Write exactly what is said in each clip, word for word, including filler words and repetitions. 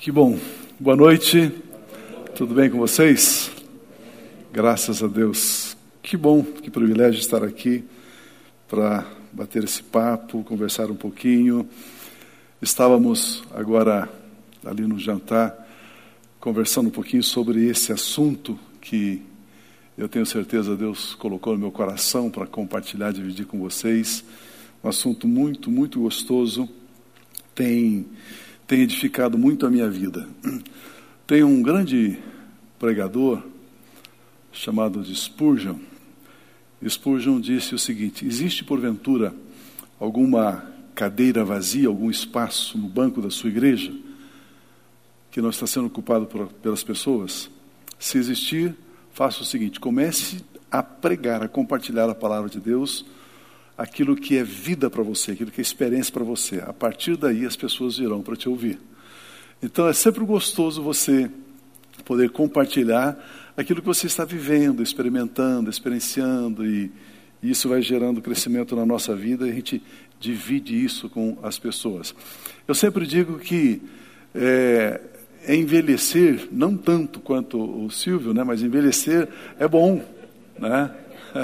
Que bom. Boa noite. Tudo bem com vocês? Graças a Deus. Que bom, que privilégio estar aqui para bater esse papo, conversar um pouquinho. Estávamos agora ali no jantar conversando um pouquinho sobre esse assunto que eu tenho certeza Deus colocou no meu coração para compartilhar, dividir com vocês. Um assunto muito, muito gostoso. Tem, tem edificado muito a minha vida. Tem um grande pregador chamado de Spurgeon. Spurgeon disse o seguinte: existe porventura alguma cadeira vazia, algum espaço no banco da sua igreja que não está sendo ocupado por, pelas pessoas? Se existir, faça o seguinte: comece a pregar, a compartilhar a palavra de Deus, aquilo que é vida para você, aquilo que é experiência para você. A partir daí as pessoas virão para te ouvir. Então é sempre gostoso você poder compartilhar aquilo que você está vivendo, experimentando, experienciando, e, e isso vai gerando crescimento na nossa vida, e a gente divide isso com as pessoas. Eu sempre digo que é, é envelhecer, não tanto quanto o Silvio, né, mas envelhecer é bom, né?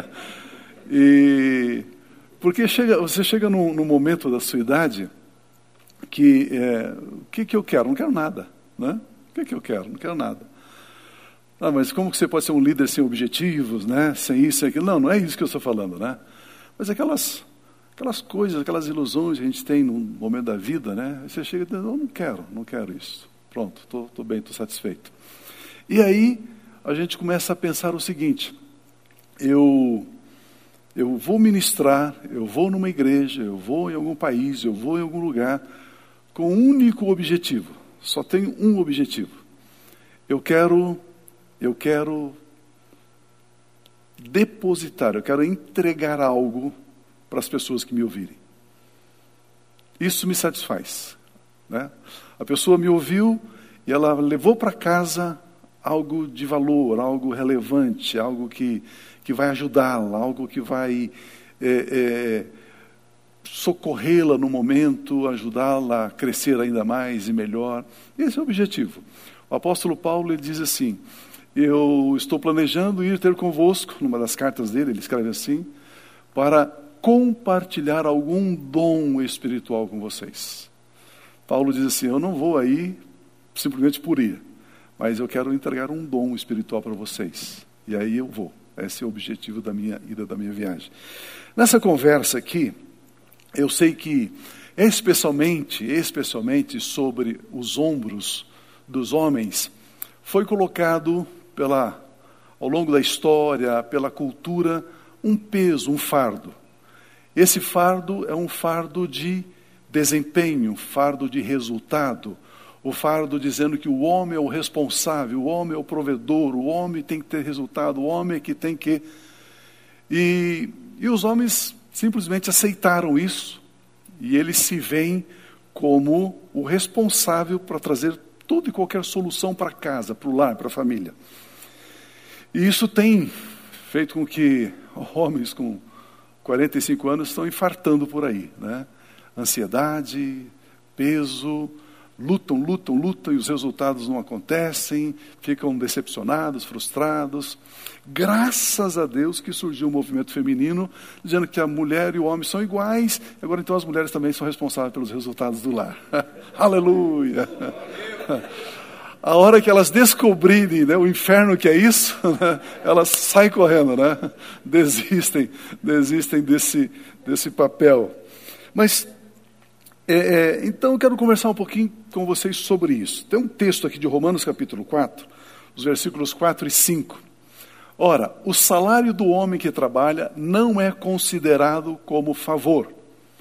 E porque chega, você chega num, num momento da sua idade que, é, o que, que eu quero? Não quero nada, né? O que, que eu quero? Não quero nada. Ah, mas como que você pode ser um líder sem objetivos, né? Sem isso, sem aquilo? Não, não é isso que eu estou falando, né? Mas aquelas, aquelas coisas, aquelas ilusões que a gente tem num momento da vida, né? Você chega e diz: não, não quero, não quero isso. Pronto, estou bem, estou satisfeito. E aí a gente começa a pensar o seguinte: eu... Eu vou ministrar, eu vou numa igreja, eu vou em algum país, eu vou em algum lugar, com um único objetivo. Só tenho um objetivo. Eu quero, eu quero depositar, eu quero entregar algo para as pessoas que me ouvirem. Isso me satisfaz, né? A pessoa me ouviu e ela levou para casa algo de valor, algo relevante, algo que... que vai ajudá-la, algo que vai é, é, socorrê-la no momento, ajudá-la a crescer ainda mais e melhor. Esse é o objetivo. O apóstolo Paulo, ele diz assim: eu estou planejando ir ter convosco, numa das cartas dele, ele escreve assim, para compartilhar algum dom espiritual com vocês. Paulo diz assim: eu não vou aí simplesmente por ir, mas eu quero entregar um dom espiritual para vocês. E aí eu vou. Esse é o objetivo da minha ida, da minha viagem. Nessa conversa aqui, eu sei que, especialmente, especialmente sobre os ombros dos homens, foi colocado pela, ao longo da história, pela cultura, um peso, um fardo. Esse fardo é um fardo de desempenho, um fardo de resultado, o fardo dizendo que o homem é o responsável, o homem é o provedor, o homem tem que ter resultado, o homem é que tem que... E, e os homens simplesmente aceitaram isso, e eles se veem como o responsável para trazer toda e qualquer solução para casa, para o lar, para a família. E isso tem feito com que homens com quarenta e cinco anos estão infartando por aí, né? Ansiedade, peso... Lutam, lutam, lutam e os resultados não acontecem, ficam decepcionados, frustrados. Graças a Deus que surgiu um movimento feminino dizendo que a mulher e o homem são iguais, agora então as mulheres também são responsáveis pelos resultados do lar. Aleluia! A hora que elas descobrirem, né, o inferno que é isso, né, elas saem correndo, né? Desistem, desistem desse, desse papel. Mas... É, é, então eu quero conversar um pouquinho com vocês sobre isso. Tem um texto aqui de Romanos capítulo quatro, os versículos quatro e cinco. Ora, o salário do homem que trabalha não é considerado como favor,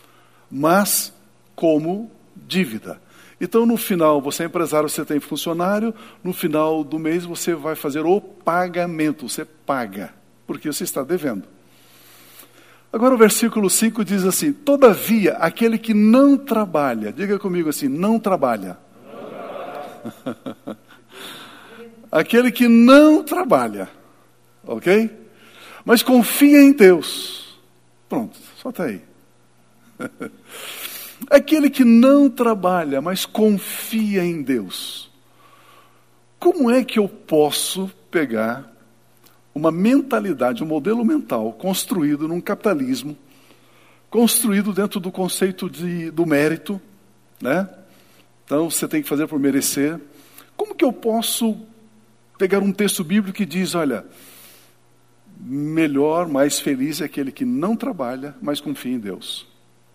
mas como dívida. Então no final, você é empresário, você tem funcionário, no final do mês você vai fazer o pagamento, você paga, porque você está devendo. Agora o versículo cinco diz assim: todavia, aquele que não trabalha, diga comigo assim, não trabalha. Não trabalha. Aquele que não trabalha, ok? Mas confia em Deus. Pronto, só está aí. Aquele que não trabalha, mas confia em Deus. Como é que eu posso pegar uma mentalidade, um modelo mental construído num capitalismo, construído dentro do conceito de, do mérito, né? Então você tem que fazer por merecer. Como que eu posso pegar um texto bíblico que diz, olha, melhor, mais feliz é aquele que não trabalha, mas confia em Deus.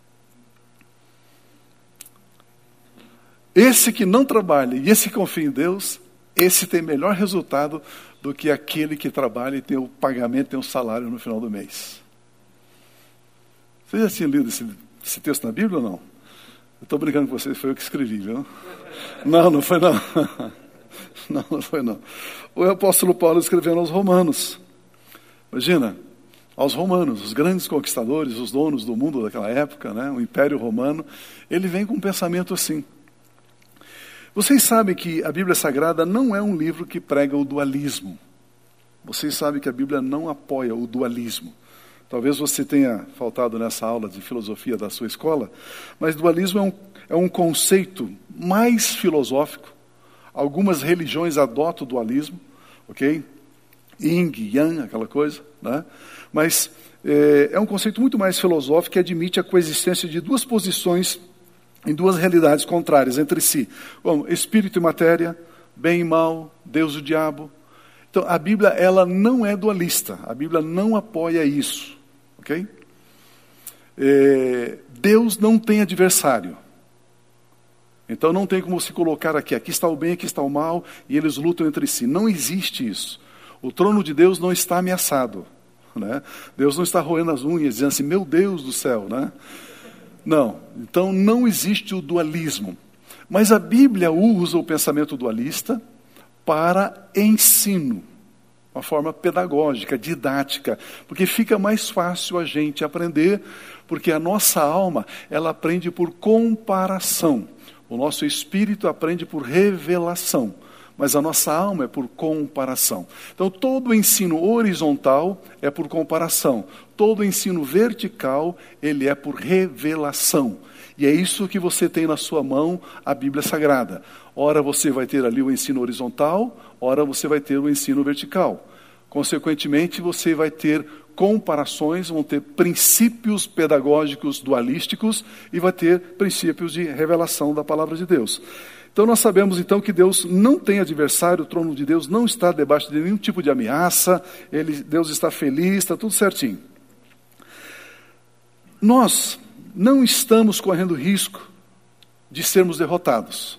Esse que não trabalha e esse que confia em Deus, esse tem melhor resultado do que aquele que trabalha e tem o pagamento, tem o salário no final do mês. Você já tinha lido esse, esse texto na Bíblia ou não? Eu estou brincando com vocês, foi eu que escrevi, viu? Não, não foi não. Não, não foi não. O apóstolo Paulo escrevendo aos romanos. Imagina, aos romanos, os grandes conquistadores, os donos do mundo daquela época, né? O Império Romano, ele vem com um pensamento assim. Vocês sabem que a Bíblia Sagrada não é um livro que prega o dualismo. Vocês sabem que a Bíblia não apoia o dualismo. Talvez você tenha faltado nessa aula de filosofia da sua escola, mas dualismo é um, é um conceito mais filosófico. Algumas religiões adotam o dualismo, ok? Yin, Yang, aquela coisa, né? Mas é, é um conceito muito mais filosófico que admite a coexistência de duas posições em duas realidades contrárias entre si. Bom, espírito e matéria, bem e mal, Deus e o diabo. Então, a Bíblia, ela não é dualista. A Bíblia não apoia isso. Ok? É, Deus não tem adversário. Então, não tem como se colocar aqui. Aqui está o bem, aqui está o mal, e eles lutam entre si. Não existe isso. O trono de Deus não está ameaçado. Né? Deus não está roendo as unhas, dizendo assim, meu Deus do céu, né? Não, então não existe o dualismo. Mas a Bíblia usa o pensamento dualista para ensino, uma forma pedagógica, didática, porque fica mais fácil a gente aprender, porque a nossa alma, ela aprende por comparação. O nosso espírito aprende por revelação, mas a nossa alma é por comparação. Então todo o ensino horizontal é por comparação. Todo o ensino vertical, ele é por revelação. E é isso que você tem na sua mão, a Bíblia Sagrada. Ora você vai ter ali o ensino horizontal, ora você vai ter o ensino vertical. Consequentemente, você vai ter comparações, vão ter princípios pedagógicos dualísticos e vai ter princípios de revelação da palavra de Deus. Então nós sabemos então que Deus não tem adversário, o trono de Deus não está debaixo de nenhum tipo de ameaça, ele, Deus está feliz, está tudo certinho. Nós não estamos correndo risco de sermos derrotados.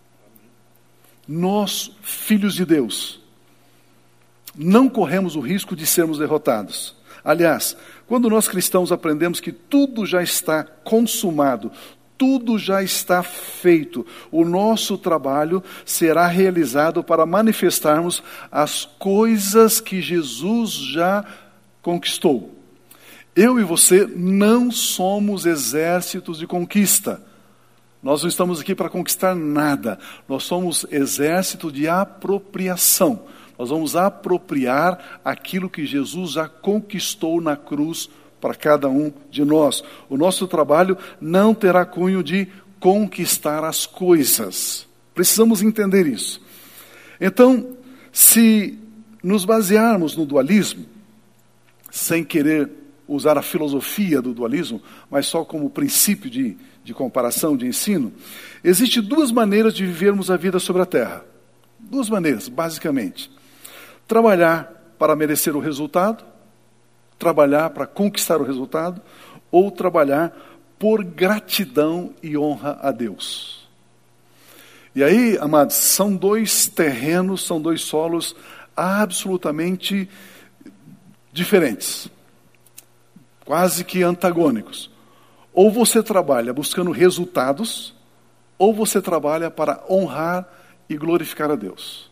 Nós, filhos de Deus, não corremos o risco de sermos derrotados. Aliás, quando nós cristãos aprendemos que tudo já está consumado, tudo já está feito, o nosso trabalho será realizado para manifestarmos as coisas que Jesus já conquistou. Eu e você não somos exércitos de conquista. Nós não estamos aqui para conquistar nada. Nós somos exército de apropriação. Nós vamos apropriar aquilo que Jesus já conquistou na cruz para cada um de nós. O nosso trabalho não terá cunho de conquistar as coisas. Precisamos entender isso. Então, se nos basearmos no dualismo, sem querer usar a filosofia do dualismo, mas só como princípio de, de comparação, de ensino, existem duas maneiras de vivermos a vida sobre a terra. Duas maneiras, basicamente. Trabalhar para merecer o resultado, trabalhar para conquistar o resultado, ou trabalhar por gratidão e honra a Deus. E aí, amados, são dois terrenos, são dois solos absolutamente diferentes, quase que antagônicos. Ou você trabalha buscando resultados, ou você trabalha para honrar e glorificar a Deus.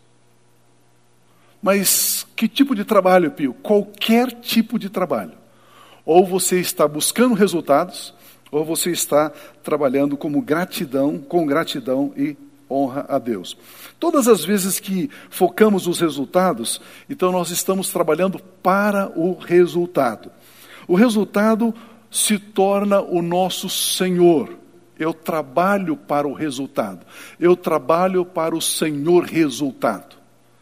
Mas que tipo de trabalho, Pio? Qualquer tipo de trabalho. Ou você está buscando resultados, ou você está trabalhando como gratidão, com gratidão e honra a Deus. Todas as vezes que focamos nos resultados, então nós estamos trabalhando para o resultado. O resultado se torna o nosso Senhor. Eu trabalho para o resultado. Eu trabalho para o Senhor resultado.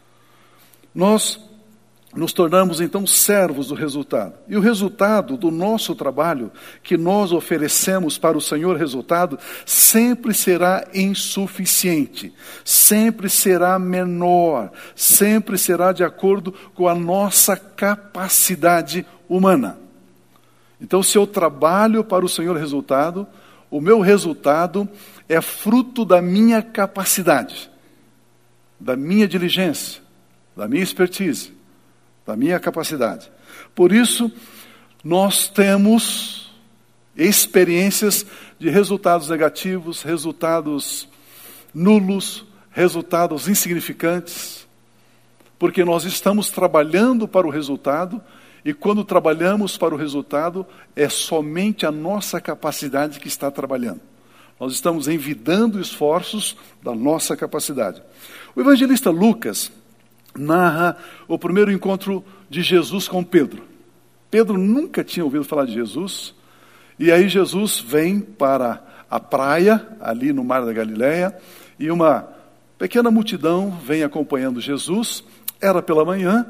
Nós nos tornamos então servos do resultado. E o resultado do nosso trabalho, que nós oferecemos para o Senhor resultado, sempre será insuficiente, sempre será menor, sempre será de acordo com a nossa capacidade humana. Então, se eu trabalho para o Senhor resultado, o meu resultado é fruto da minha capacidade, da minha diligência, da minha expertise, da minha capacidade. Por isso, nós temos experiências de resultados negativos, resultados nulos, resultados insignificantes, porque nós estamos trabalhando para o resultado, e quando trabalhamos para o resultado, é somente a nossa capacidade que está trabalhando. Nós estamos envidando esforços da nossa capacidade. O evangelista Lucas narra o primeiro encontro de Jesus com Pedro. Pedro nunca tinha ouvido falar de Jesus, e aí Jesus vem para a praia, ali no Mar da Galileia, e uma pequena multidão vem acompanhando Jesus. Era pela manhã,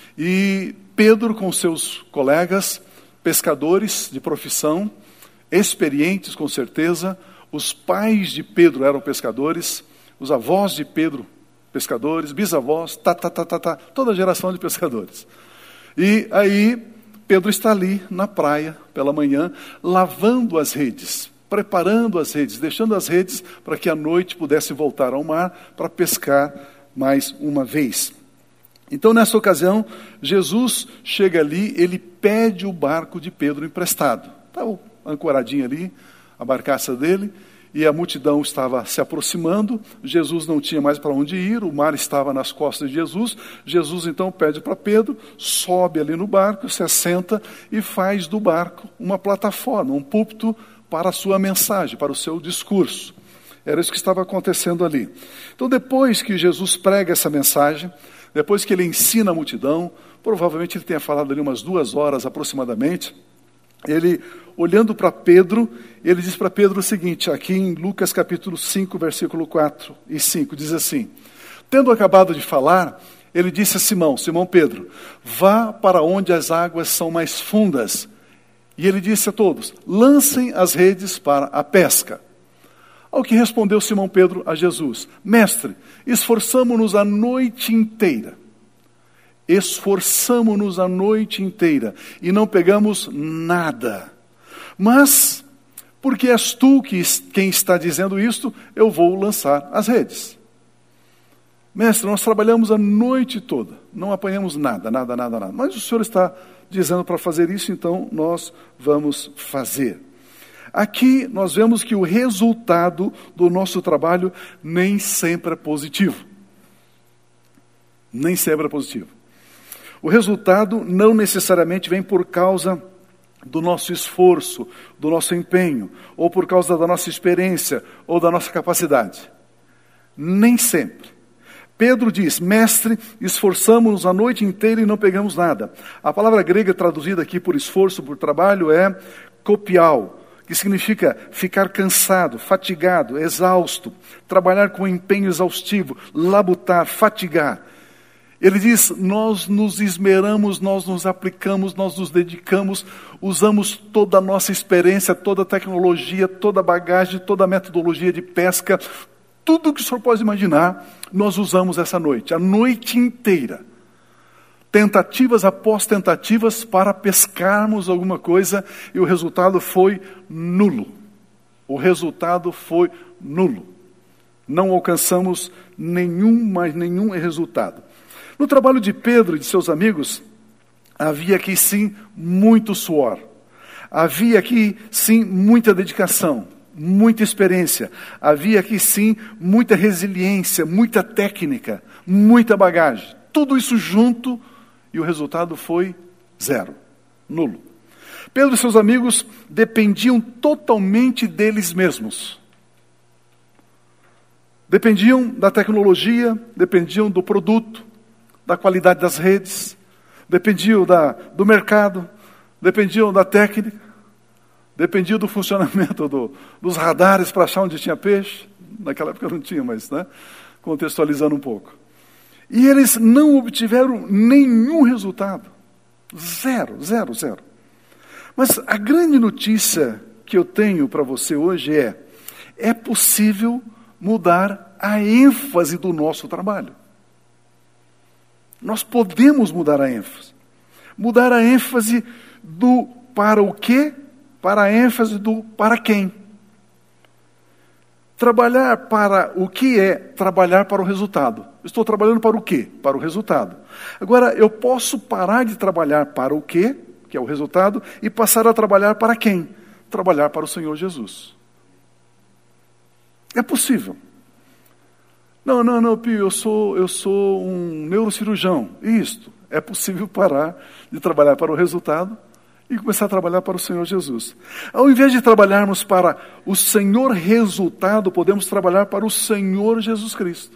e Pedro com seus colegas, pescadores de profissão, experientes com certeza, os pais de Pedro eram pescadores, os avós de Pedro pescadores, bisavós, tá, tá, tá, tá, tá, toda a geração de pescadores. E aí Pedro está ali na praia pela manhã, lavando as redes, preparando as redes, deixando as redes para que à noite pudesse voltar ao mar para pescar mais uma vez. Então, nessa ocasião, Jesus chega ali, ele pede o barco de Pedro emprestado. Estava ancoradinho ali, a barcaça dele, e a multidão estava se aproximando. Jesus não tinha mais para onde ir, o mar estava nas costas de Jesus. Jesus, então, pede para Pedro, sobe ali no barco, se assenta e faz do barco uma plataforma, um púlpito para a sua mensagem, para o seu discurso. Era isso que estava acontecendo ali. Então, depois que Jesus prega essa mensagem, depois que ele ensina a multidão, provavelmente ele tenha falado ali umas duas horas aproximadamente, ele, olhando para Pedro, ele diz para Pedro o seguinte, aqui em Lucas capítulo cinco, versículo quatro e cinco, diz assim: tendo acabado de falar, ele disse a Simão, Simão Pedro, vá para onde as águas são mais fundas. E ele disse a todos, lancem as redes para a pesca. Ao que respondeu Simão Pedro a Jesus, mestre, esforçamo-nos a noite inteira, esforçamo-nos a noite inteira e não pegamos nada. Mas, porque és tu que, quem está dizendo isto, eu vou lançar as redes. Mestre, nós trabalhamos a noite toda, não apanhamos nada, nada, nada, nada. Mas o Senhor está dizendo para fazer isso, então nós vamos fazer. Aqui nós vemos que o resultado do nosso trabalho nem sempre é positivo. Nem sempre é positivo. O resultado não necessariamente vem por causa do nosso esforço, do nosso empenho, ou por causa da nossa experiência, ou da nossa capacidade. Nem sempre. Pedro diz, mestre, esforçamos-nos a noite inteira e não pegamos nada. A palavra grega traduzida aqui por esforço, por trabalho, é kopiao, que significa ficar cansado, fatigado, exausto, trabalhar com empenho exaustivo, labutar, fatigar. Ele diz, nós nos esmeramos, nós nos aplicamos, nós nos dedicamos, usamos toda a nossa experiência, toda a tecnologia, toda a bagagem, toda a metodologia de pesca, tudo que o senhor pode imaginar, nós usamos essa noite, a noite inteira. Tentativas após tentativas para pescarmos alguma coisa e o resultado foi nulo. O resultado foi nulo. Não alcançamos nenhum, mais nenhum resultado. No trabalho de Pedro e de seus amigos, havia aqui sim muito suor. Havia aqui sim muita dedicação, muita experiência. Havia aqui sim muita resiliência, muita técnica, muita bagagem. Tudo isso junto e o resultado foi zero, nulo. Pedro e seus amigos dependiam totalmente deles mesmos. Dependiam da tecnologia, dependiam do produto, da qualidade das redes, dependiam da, do mercado, dependiam da técnica, Dependia do funcionamento do, dos radares para achar onde tinha peixe. Naquela época não tinha, mas, né, contextualizando um pouco. E eles não obtiveram nenhum resultado. Zero, zero, zero. Mas a grande notícia que eu tenho para você hoje é, é possível mudar a ênfase do nosso trabalho. Nós podemos mudar a ênfase. Mudar a ênfase do para o quê, para a ênfase do para quem. Trabalhar para o que é trabalhar para o resultado. Estou trabalhando para o quê? Para o resultado. Agora, eu posso parar de trabalhar para o quê, que é o resultado, e passar a trabalhar para quem? Trabalhar para o Senhor Jesus. É possível. Não, não, não, Pio, eu sou, eu sou um neurocirurgião. Isto, é possível parar de trabalhar para o resultado e começar a trabalhar para o Senhor Jesus. Ao invés de trabalharmos para o Senhor resultado, podemos trabalhar para o Senhor Jesus Cristo.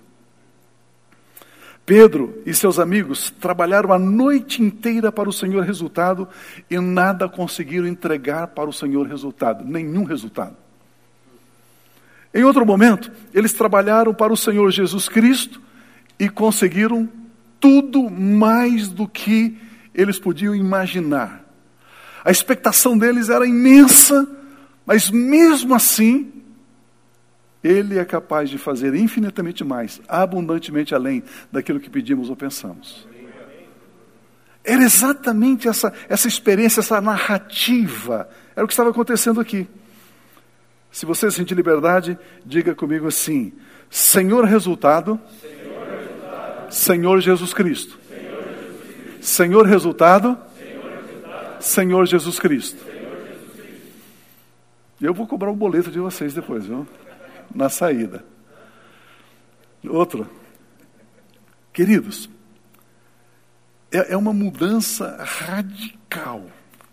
Pedro e seus amigos trabalharam a noite inteira para o Senhor resultado e nada conseguiram entregar para o Senhor resultado, nenhum resultado. Em outro momento, eles trabalharam para o Senhor Jesus Cristo e conseguiram tudo mais do que eles podiam imaginar. A expectação deles era imensa, mas mesmo assim, Ele é capaz de fazer infinitamente mais, abundantemente além daquilo que pedimos ou pensamos. Era exatamente essa, essa experiência, essa narrativa, era o que estava acontecendo aqui. Se você sentir liberdade, diga comigo assim: Senhor resultado, Senhor, resultado. Senhor Jesus Cristo. Senhor, Jesus Cristo. Senhor resultado, Senhor, resultado. Senhor Jesus Cristo. Senhor, Jesus Cristo. Eu vou cobrar o boleto de vocês depois, viu? Na saída. Outro. Queridos, é, é uma mudança radical.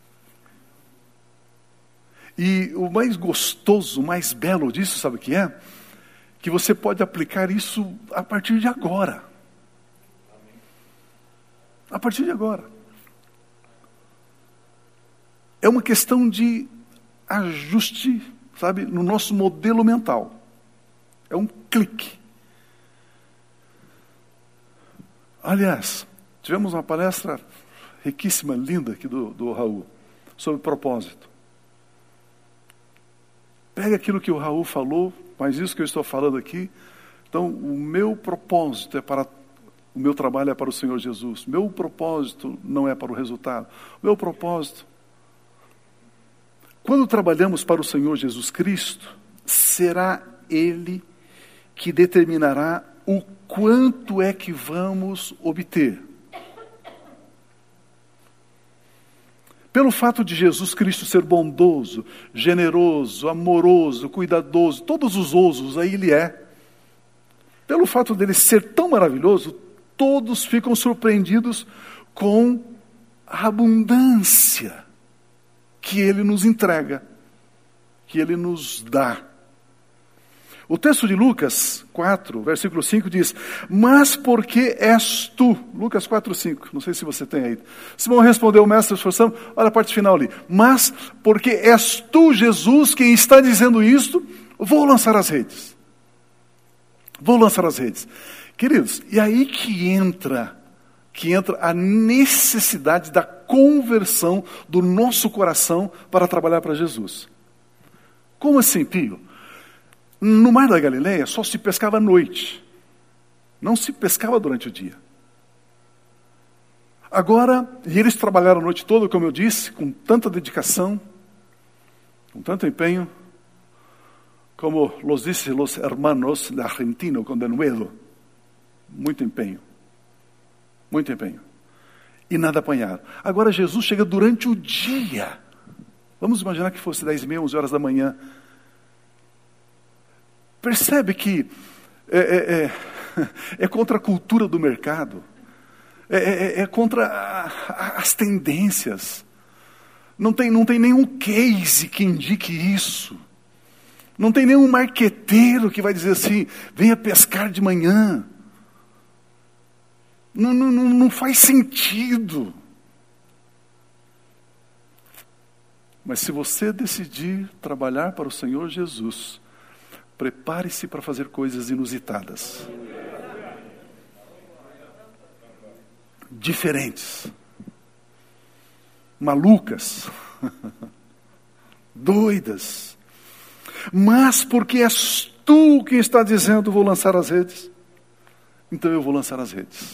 E o mais gostoso, o mais belo disso, sabe o que é? Que você pode aplicar isso a partir de agora. A partir de agora. É uma questão de ajuste, sabe, no nosso modelo mental. É um clique. Aliás, tivemos uma palestra riquíssima, linda aqui do, do Raul, sobre propósito. Pega aquilo que o Raul falou, mas isso que eu estou falando aqui. Então, o meu propósito é para... O meu trabalho é para o Senhor Jesus. Meu propósito não é para o resultado. O meu propósito... Quando trabalhamos para o Senhor Jesus Cristo, será Ele que determinará o quanto é que vamos obter. Pelo fato de Jesus Cristo ser bondoso, generoso, amoroso, cuidadoso, todos os ousos aí Ele é. Pelo fato dele ser tão maravilhoso, todos ficam surpreendidos com a abundância que Ele nos entrega, que Ele nos dá. O texto de Lucas quatro, versículo cinco diz: mas porque és tu, Lucas quatro, cinco, não sei se você tem aí. Simão respondeu, mestre, esforçamos, olha a parte final ali. Mas porque és tu, Jesus, quem está dizendo isto, vou lançar as redes. Vou lançar as redes. Queridos, e aí que entra, que entra a necessidade da conversão do nosso coração para trabalhar para Jesus. Como assim, Pio? No Mar da Galileia só se pescava à noite. Não se pescava durante o dia. Agora, e eles trabalharam a noite toda, como eu disse, com tanta dedicação, com tanto empenho, como los dicen los hermanos de Argentina, com denuedo. Muito empenho. Muito empenho. E nada apanharam. Agora Jesus chega durante o dia. Vamos imaginar que fosse dez e meia, onze horas da manhã. Percebe que é, é, é, é contra a cultura do mercado, é, é, é contra a, a, as tendências. Não tem, não tem nenhum case que indique isso. Não tem nenhum marqueteiro que vai dizer assim, venha pescar de manhã. Não, não, não faz sentido. Mas se você decidir trabalhar para o Senhor Jesus, prepare-se para fazer coisas inusitadas, diferentes, malucas, doidas. Mas porque és tu quem está dizendo, vou lançar as redes, então eu vou lançar as redes.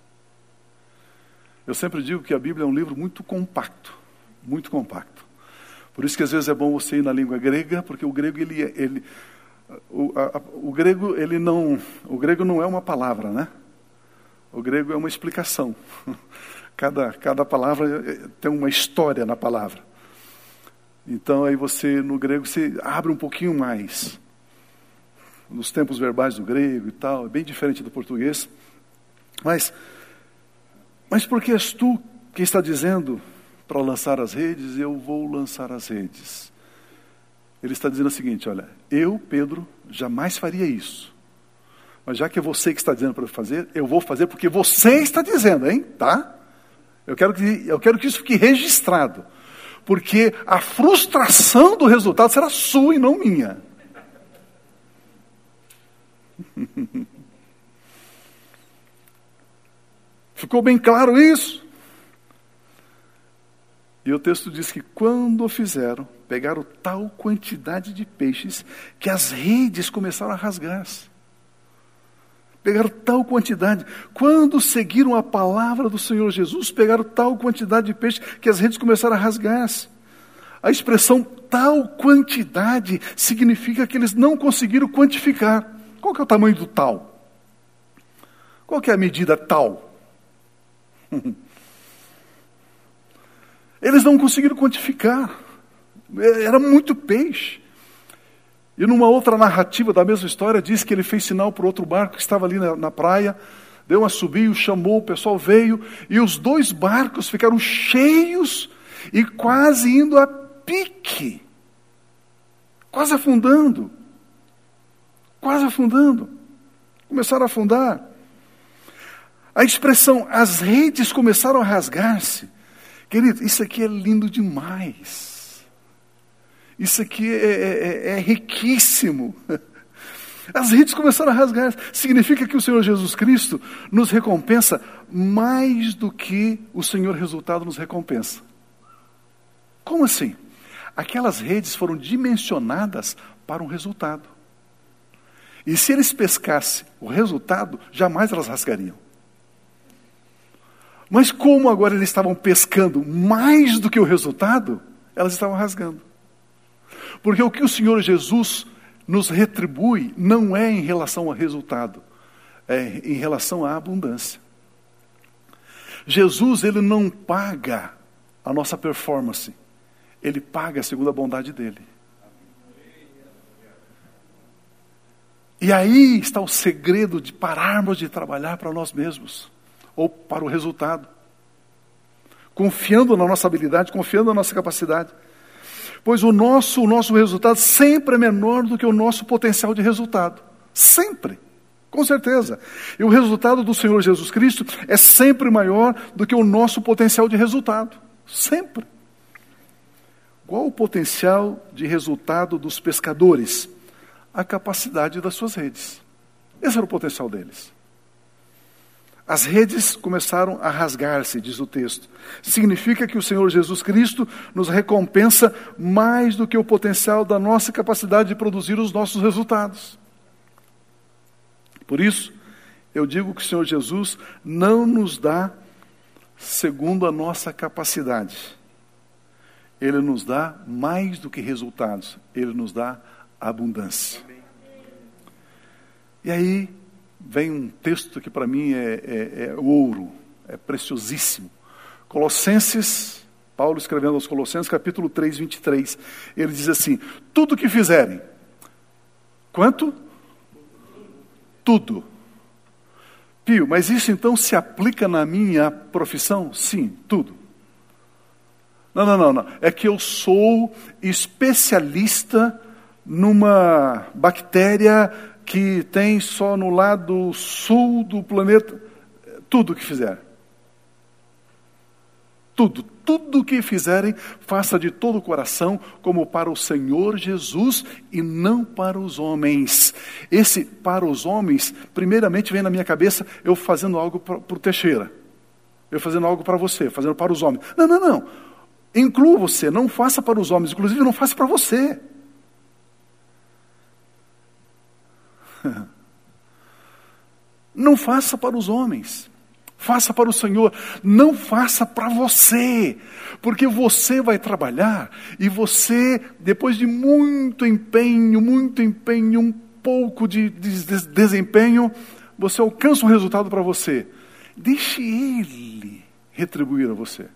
Eu sempre digo que a Bíblia é um livro muito compacto, muito compacto. Por isso que às vezes é bom você ir na língua grega, porque o grego ele, ele o, a, o grego ele não, o grego não é uma palavra, né? O grego é uma explicação. Cada cada palavra tem uma história na palavra. Então aí você no grego você abre um pouquinho mais nos tempos verbais do grego e tal, é bem diferente do português. Mas mas porque és tu que está dizendo para lançar as redes, eu vou lançar as redes. Ele está dizendo o seguinte, olha, eu, Pedro, jamais faria isso. Mas já que é você que está dizendo para eu fazer, eu vou fazer porque você está dizendo, hein? Tá? Eu quero que, eu quero que isso fique registrado. Porque a frustração do resultado será sua e não minha. Ficou bem claro isso? E o texto diz que quando o fizeram, pegaram tal quantidade de peixes que as redes começaram a rasgar-se. Pegaram tal quantidade. Quando seguiram a palavra do Senhor Jesus, pegaram tal quantidade de peixes que as redes começaram a rasgar-se. A expressão tal quantidade significa que eles não conseguiram quantificar. Qual que é o tamanho do tal? Qual que é a medida tal? Eles não conseguiram quantificar. Era muito peixe. E numa outra narrativa da mesma história, diz que ele fez sinal para outro barco que estava ali na, na praia, deu um assobio, chamou, o pessoal veio, e os dois barcos ficaram cheios e quase indo a pique. Quase afundando. Quase afundando. Começaram a afundar. A expressão, as redes começaram a rasgar-se. Querido, isso aqui é lindo demais. Isso aqui é, é, é riquíssimo. As redes começaram a rasgar. Significa que o Senhor Jesus Cristo nos recompensa mais do que o Senhor resultado nos recompensa. Como assim? Aquelas redes foram dimensionadas para um resultado. E se eles pescassem o resultado, jamais elas rasgariam. Mas como agora eles estavam pescando mais do que o resultado, elas estavam rasgando. Porque o que o Senhor Jesus nos retribui não é em relação ao resultado, é em relação à abundância. Jesus, ele não paga a nossa performance, ele paga segundo a bondade dele. E aí está o segredo de pararmos de trabalhar para nós mesmos. Ou para o resultado. Confiando na nossa habilidade, confiando na nossa capacidade. Pois o nosso, o nosso resultado sempre é menor do que o nosso potencial de resultado. Sempre. Com certeza. E o resultado do Senhor Jesus Cristo é sempre maior do que o nosso potencial de resultado. Sempre. Qual o potencial de resultado dos pescadores? A capacidade das suas redes. Esse era o potencial deles. As redes começaram a rasgar-se, diz o texto. Significa que o Senhor Jesus Cristo nos recompensa mais do que o potencial da nossa capacidade de produzir os nossos resultados. Por isso, eu digo que o Senhor Jesus não nos dá segundo a nossa capacidade. Ele nos dá mais do que resultados. Ele nos dá abundância. E aí vem um texto que para mim é, é, é ouro, é preciosíssimo. Colossenses, Paulo escrevendo aos Colossenses, capítulo três, vinte e três. Ele diz assim, tudo que fizerem. Quanto? Tudo. Pio, mas isso então se aplica na minha profissão? Sim, tudo. Não, não, não, não. É que eu sou especialista numa bactéria que tem só no lado sul do planeta. Tudo que fizer. Tudo, tudo que fizerem, faça de todo o coração, como para o Senhor Jesus e não para os homens. Esse para os homens, primeiramente vem na minha cabeça, eu fazendo algo para o Teixeira. Eu fazendo algo para você, fazendo para os homens. Não, não, não. Inclua você, não faça para os homens, inclusive não faça para você. Não faça para os homens. Faça para o Senhor, não faça para você, porque você vai trabalhar e você, depois de muito empenho, muito empenho, um pouco de, de, de desempenho, você alcança um resultado para você. Deixe Ele retribuir a você.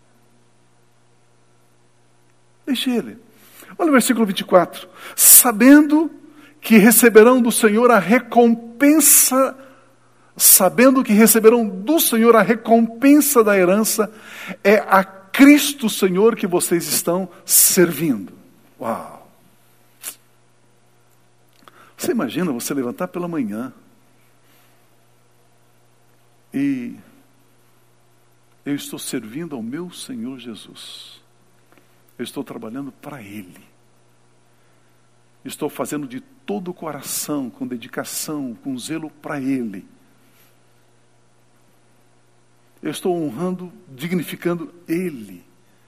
Deixe Ele. Olha o versículo vinte e quatro. Sabendo que receberão do Senhor a recompensa sabendo que receberão do Senhor a recompensa da herança, é a Cristo Senhor que vocês estão servindo. Uau! Você imagina você levantar pela manhã e eu estou servindo ao meu Senhor Jesus. Eu estou trabalhando para Ele. Estou fazendo de todo o coração, com dedicação, com zelo para Ele. Eu estou honrando, dignificando Ele.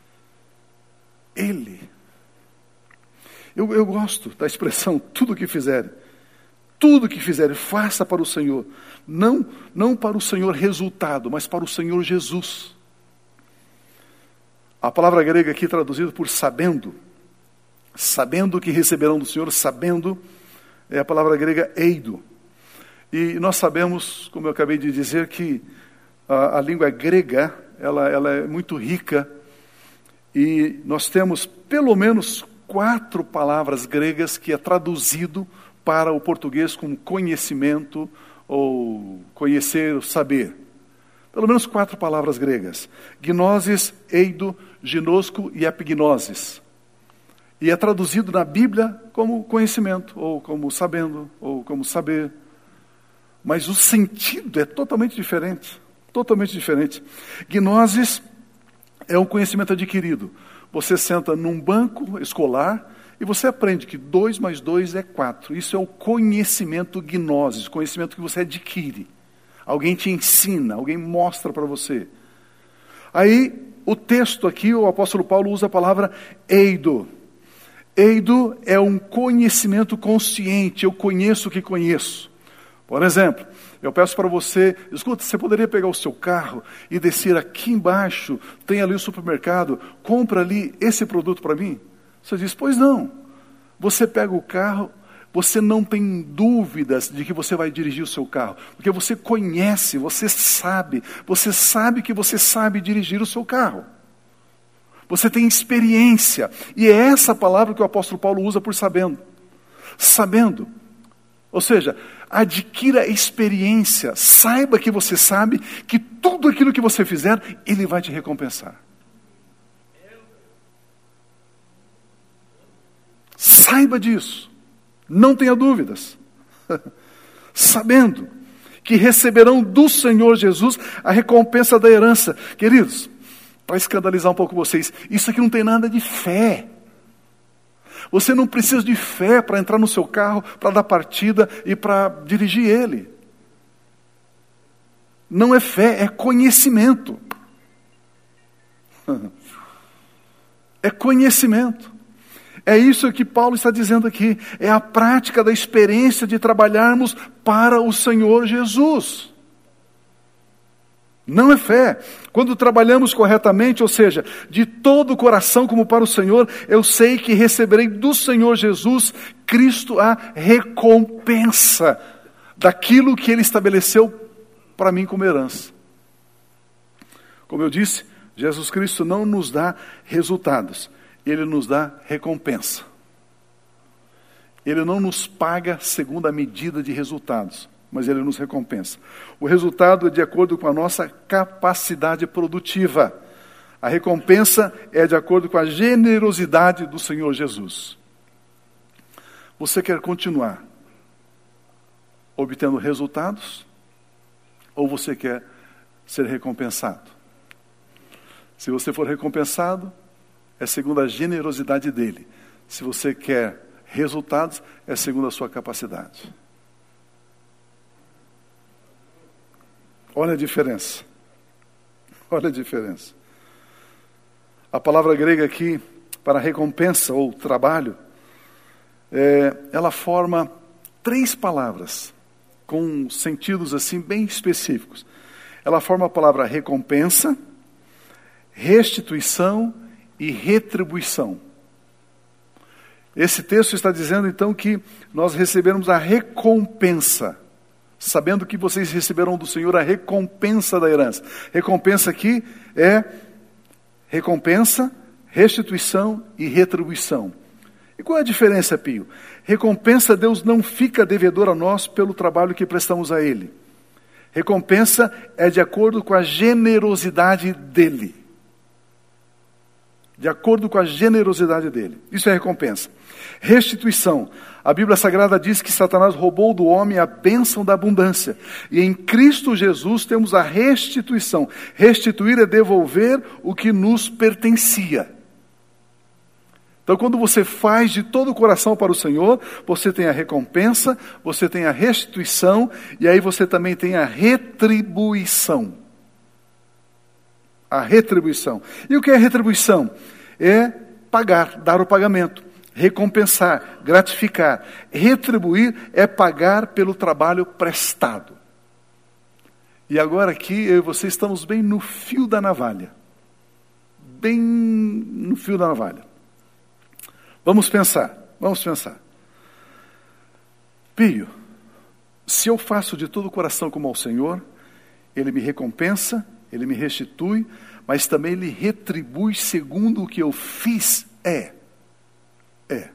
Ele. Eu, eu gosto da expressão, tudo o que fizerem. Tudo o que fizerem, faça para o Senhor. Não, não para o Senhor resultado, mas para o Senhor Jesus. A palavra grega aqui traduzida por sabendo. Sabendo que receberão do Senhor, sabendo, é a palavra grega eido. E nós sabemos, como eu acabei de dizer, que A, a língua grega, ela, ela é muito rica, e nós temos pelo menos quatro palavras gregas que é traduzido para o português como conhecimento, ou conhecer, saber. Pelo menos quatro palavras gregas. Gnosis, eido, ginosco e epignosis. E é traduzido na Bíblia como conhecimento, ou como sabendo, ou como saber. Mas o sentido é totalmente diferente. Totalmente diferente. Gnosis é um conhecimento adquirido. Você senta num banco escolar e você aprende que dois mais dois é quatro. Isso é o conhecimento gnosis, conhecimento que você adquire. Alguém te ensina, alguém mostra para você. Aí, o texto aqui, o apóstolo Paulo usa a palavra eido. Eido é um conhecimento consciente, eu conheço o que conheço. Por exemplo, eu peço para você, escuta, você poderia pegar o seu carro e descer aqui embaixo, tem ali o supermercado, compra ali esse produto para mim? Você diz, pois não. Você pega o carro, você não tem dúvidas de que você vai dirigir o seu carro, porque você conhece, você sabe, você sabe que você sabe dirigir o seu carro. Você tem experiência, e é essa palavra que o apóstolo Paulo usa por sabendo. Sabendo. Ou seja, adquira experiência, saiba que você sabe que tudo aquilo que você fizer, Ele vai te recompensar. Saiba disso, não tenha dúvidas. Sabendo que receberão do Senhor Jesus a recompensa da herança. Queridos, para escandalizar um pouco vocês, isso aqui não tem nada de fé. Você não precisa de fé para entrar no seu carro, para dar partida e para dirigir ele. Não é fé, é conhecimento. É conhecimento. É isso que Paulo está dizendo aqui. É a prática da experiência de trabalharmos para o Senhor Jesus. Não é fé. Quando trabalhamos corretamente, ou seja, de todo o coração como para o Senhor, eu sei que receberei do Senhor Jesus, Cristo, a recompensa daquilo que Ele estabeleceu para mim como herança. Como eu disse, Jesus Cristo não nos dá resultados, Ele nos dá recompensa. Ele não nos paga segundo a medida de resultados, mas Ele nos recompensa. O resultado é de acordo com a nossa capacidade produtiva. A recompensa é de acordo com a generosidade do Senhor Jesus. Você quer continuar obtendo resultados? Ou você quer ser recompensado? Se você for recompensado, é segundo a generosidade dele. Se você quer resultados, é segundo a sua capacidade. Olha a diferença. Olha a diferença. A palavra grega aqui, para recompensa ou trabalho, é, ela forma três palavras, com sentidos assim bem específicos. Ela forma a palavra recompensa, restituição e retribuição. Esse texto está dizendo então que nós recebemos a recompensa, sabendo que vocês receberão do Senhor a recompensa da herança. Recompensa aqui é recompensa, restituição e retribuição. E qual é a diferença, Pio? Recompensa, Deus não fica devedor a nós pelo trabalho que prestamos a Ele. Recompensa é de acordo com a generosidade dEle. De acordo com a generosidade dEle. Isso é recompensa. Restituição. A Bíblia Sagrada diz que Satanás roubou do homem a bênção da abundância. E em Cristo Jesus temos a restituição. Restituir é devolver o que nos pertencia. Então, quando você faz de todo o coração para o Senhor, você tem a recompensa, você tem a restituição, e aí você também tem a retribuição. A retribuição. E o que é retribuição? É pagar, dar o pagamento, recompensar, gratificar. Retribuir é pagar pelo trabalho prestado. E agora aqui, eu e você estamos bem no fio da navalha. Bem no fio da navalha. Vamos pensar, vamos pensar. Pio, se eu faço de todo o coração como ao Senhor, Ele me recompensa, Ele me restitui, mas também Ele retribui segundo o que eu fiz. É. É.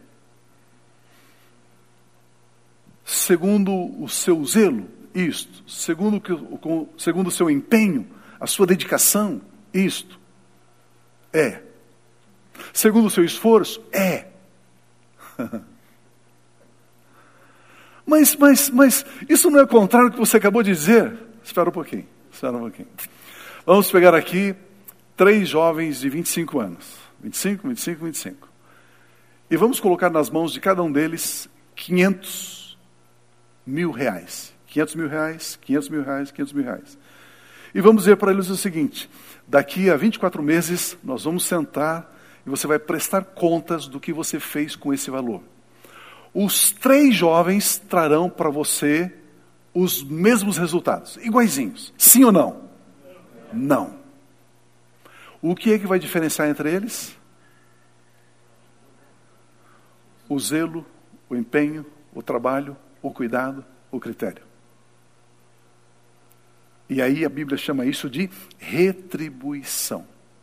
Segundo o seu zelo, isto. Segundo o, que, segundo o seu empenho, a sua dedicação, isto. É. Segundo o seu esforço, é. Mas, mas, mas, isso não é contrário ao que você acabou de dizer? Espera um pouquinho, espera um pouquinho. Vamos pegar aqui três jovens de vinte e cinco anos. vinte e cinco, vinte e cinco, vinte e cinco. E vamos colocar nas mãos de cada um deles quinhentos mil reais. quinhentos mil reais, quinhentos mil reais, quinhentos mil reais. E vamos dizer para eles o seguinte: daqui a vinte e quatro meses nós vamos sentar e você vai prestar contas do que você fez com esse valor. Os três jovens trarão para você os mesmos resultados, iguaizinhos. Sim ou não? Não. O que é que vai diferenciar entre eles? O zelo, o empenho, o trabalho, o cuidado, o critério. E aí a Bíblia chama isso de retribuição.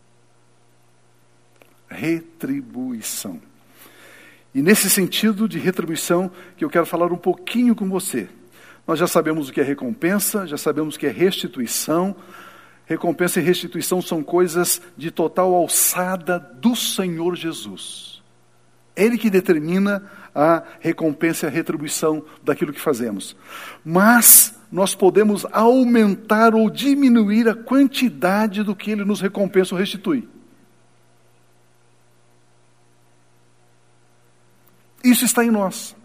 Retribuição. E nesse sentido de retribuição que eu quero falar um pouquinho com você. Nós já sabemos o que é recompensa, já sabemos o que é restituição. Recompensa e restituição são coisas de total alçada do Senhor Jesus. Ele que determina a recompensa e a retribuição daquilo que fazemos. Mas nós podemos aumentar ou diminuir a quantidade do que Ele nos recompensa ou restitui. Isso está em nós.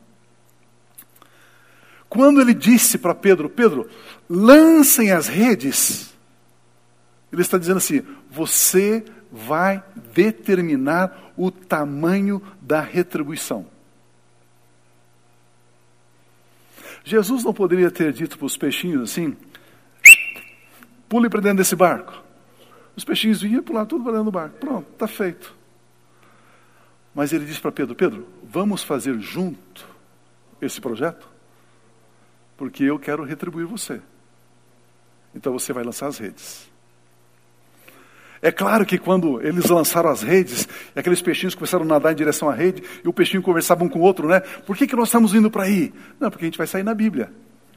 Quando ele disse para Pedro, Pedro, lancem as redes, ele está dizendo assim, você vai determinar o tamanho da retribuição. Jesus não poderia ter dito para os peixinhos assim, pule para dentro desse barco. Os peixinhos vinham pular tudo para dentro do barco. Pronto, está feito. Mas ele disse para Pedro, Pedro, vamos fazer junto esse projeto? Porque eu quero retribuir você. Então você vai lançar as redes. É claro que quando eles lançaram as redes, e aqueles peixinhos começaram a nadar em direção à rede, e o peixinho conversava um com o outro, né? Por que, que nós estamos indo para aí? Não, porque a gente vai sair na Bíblia.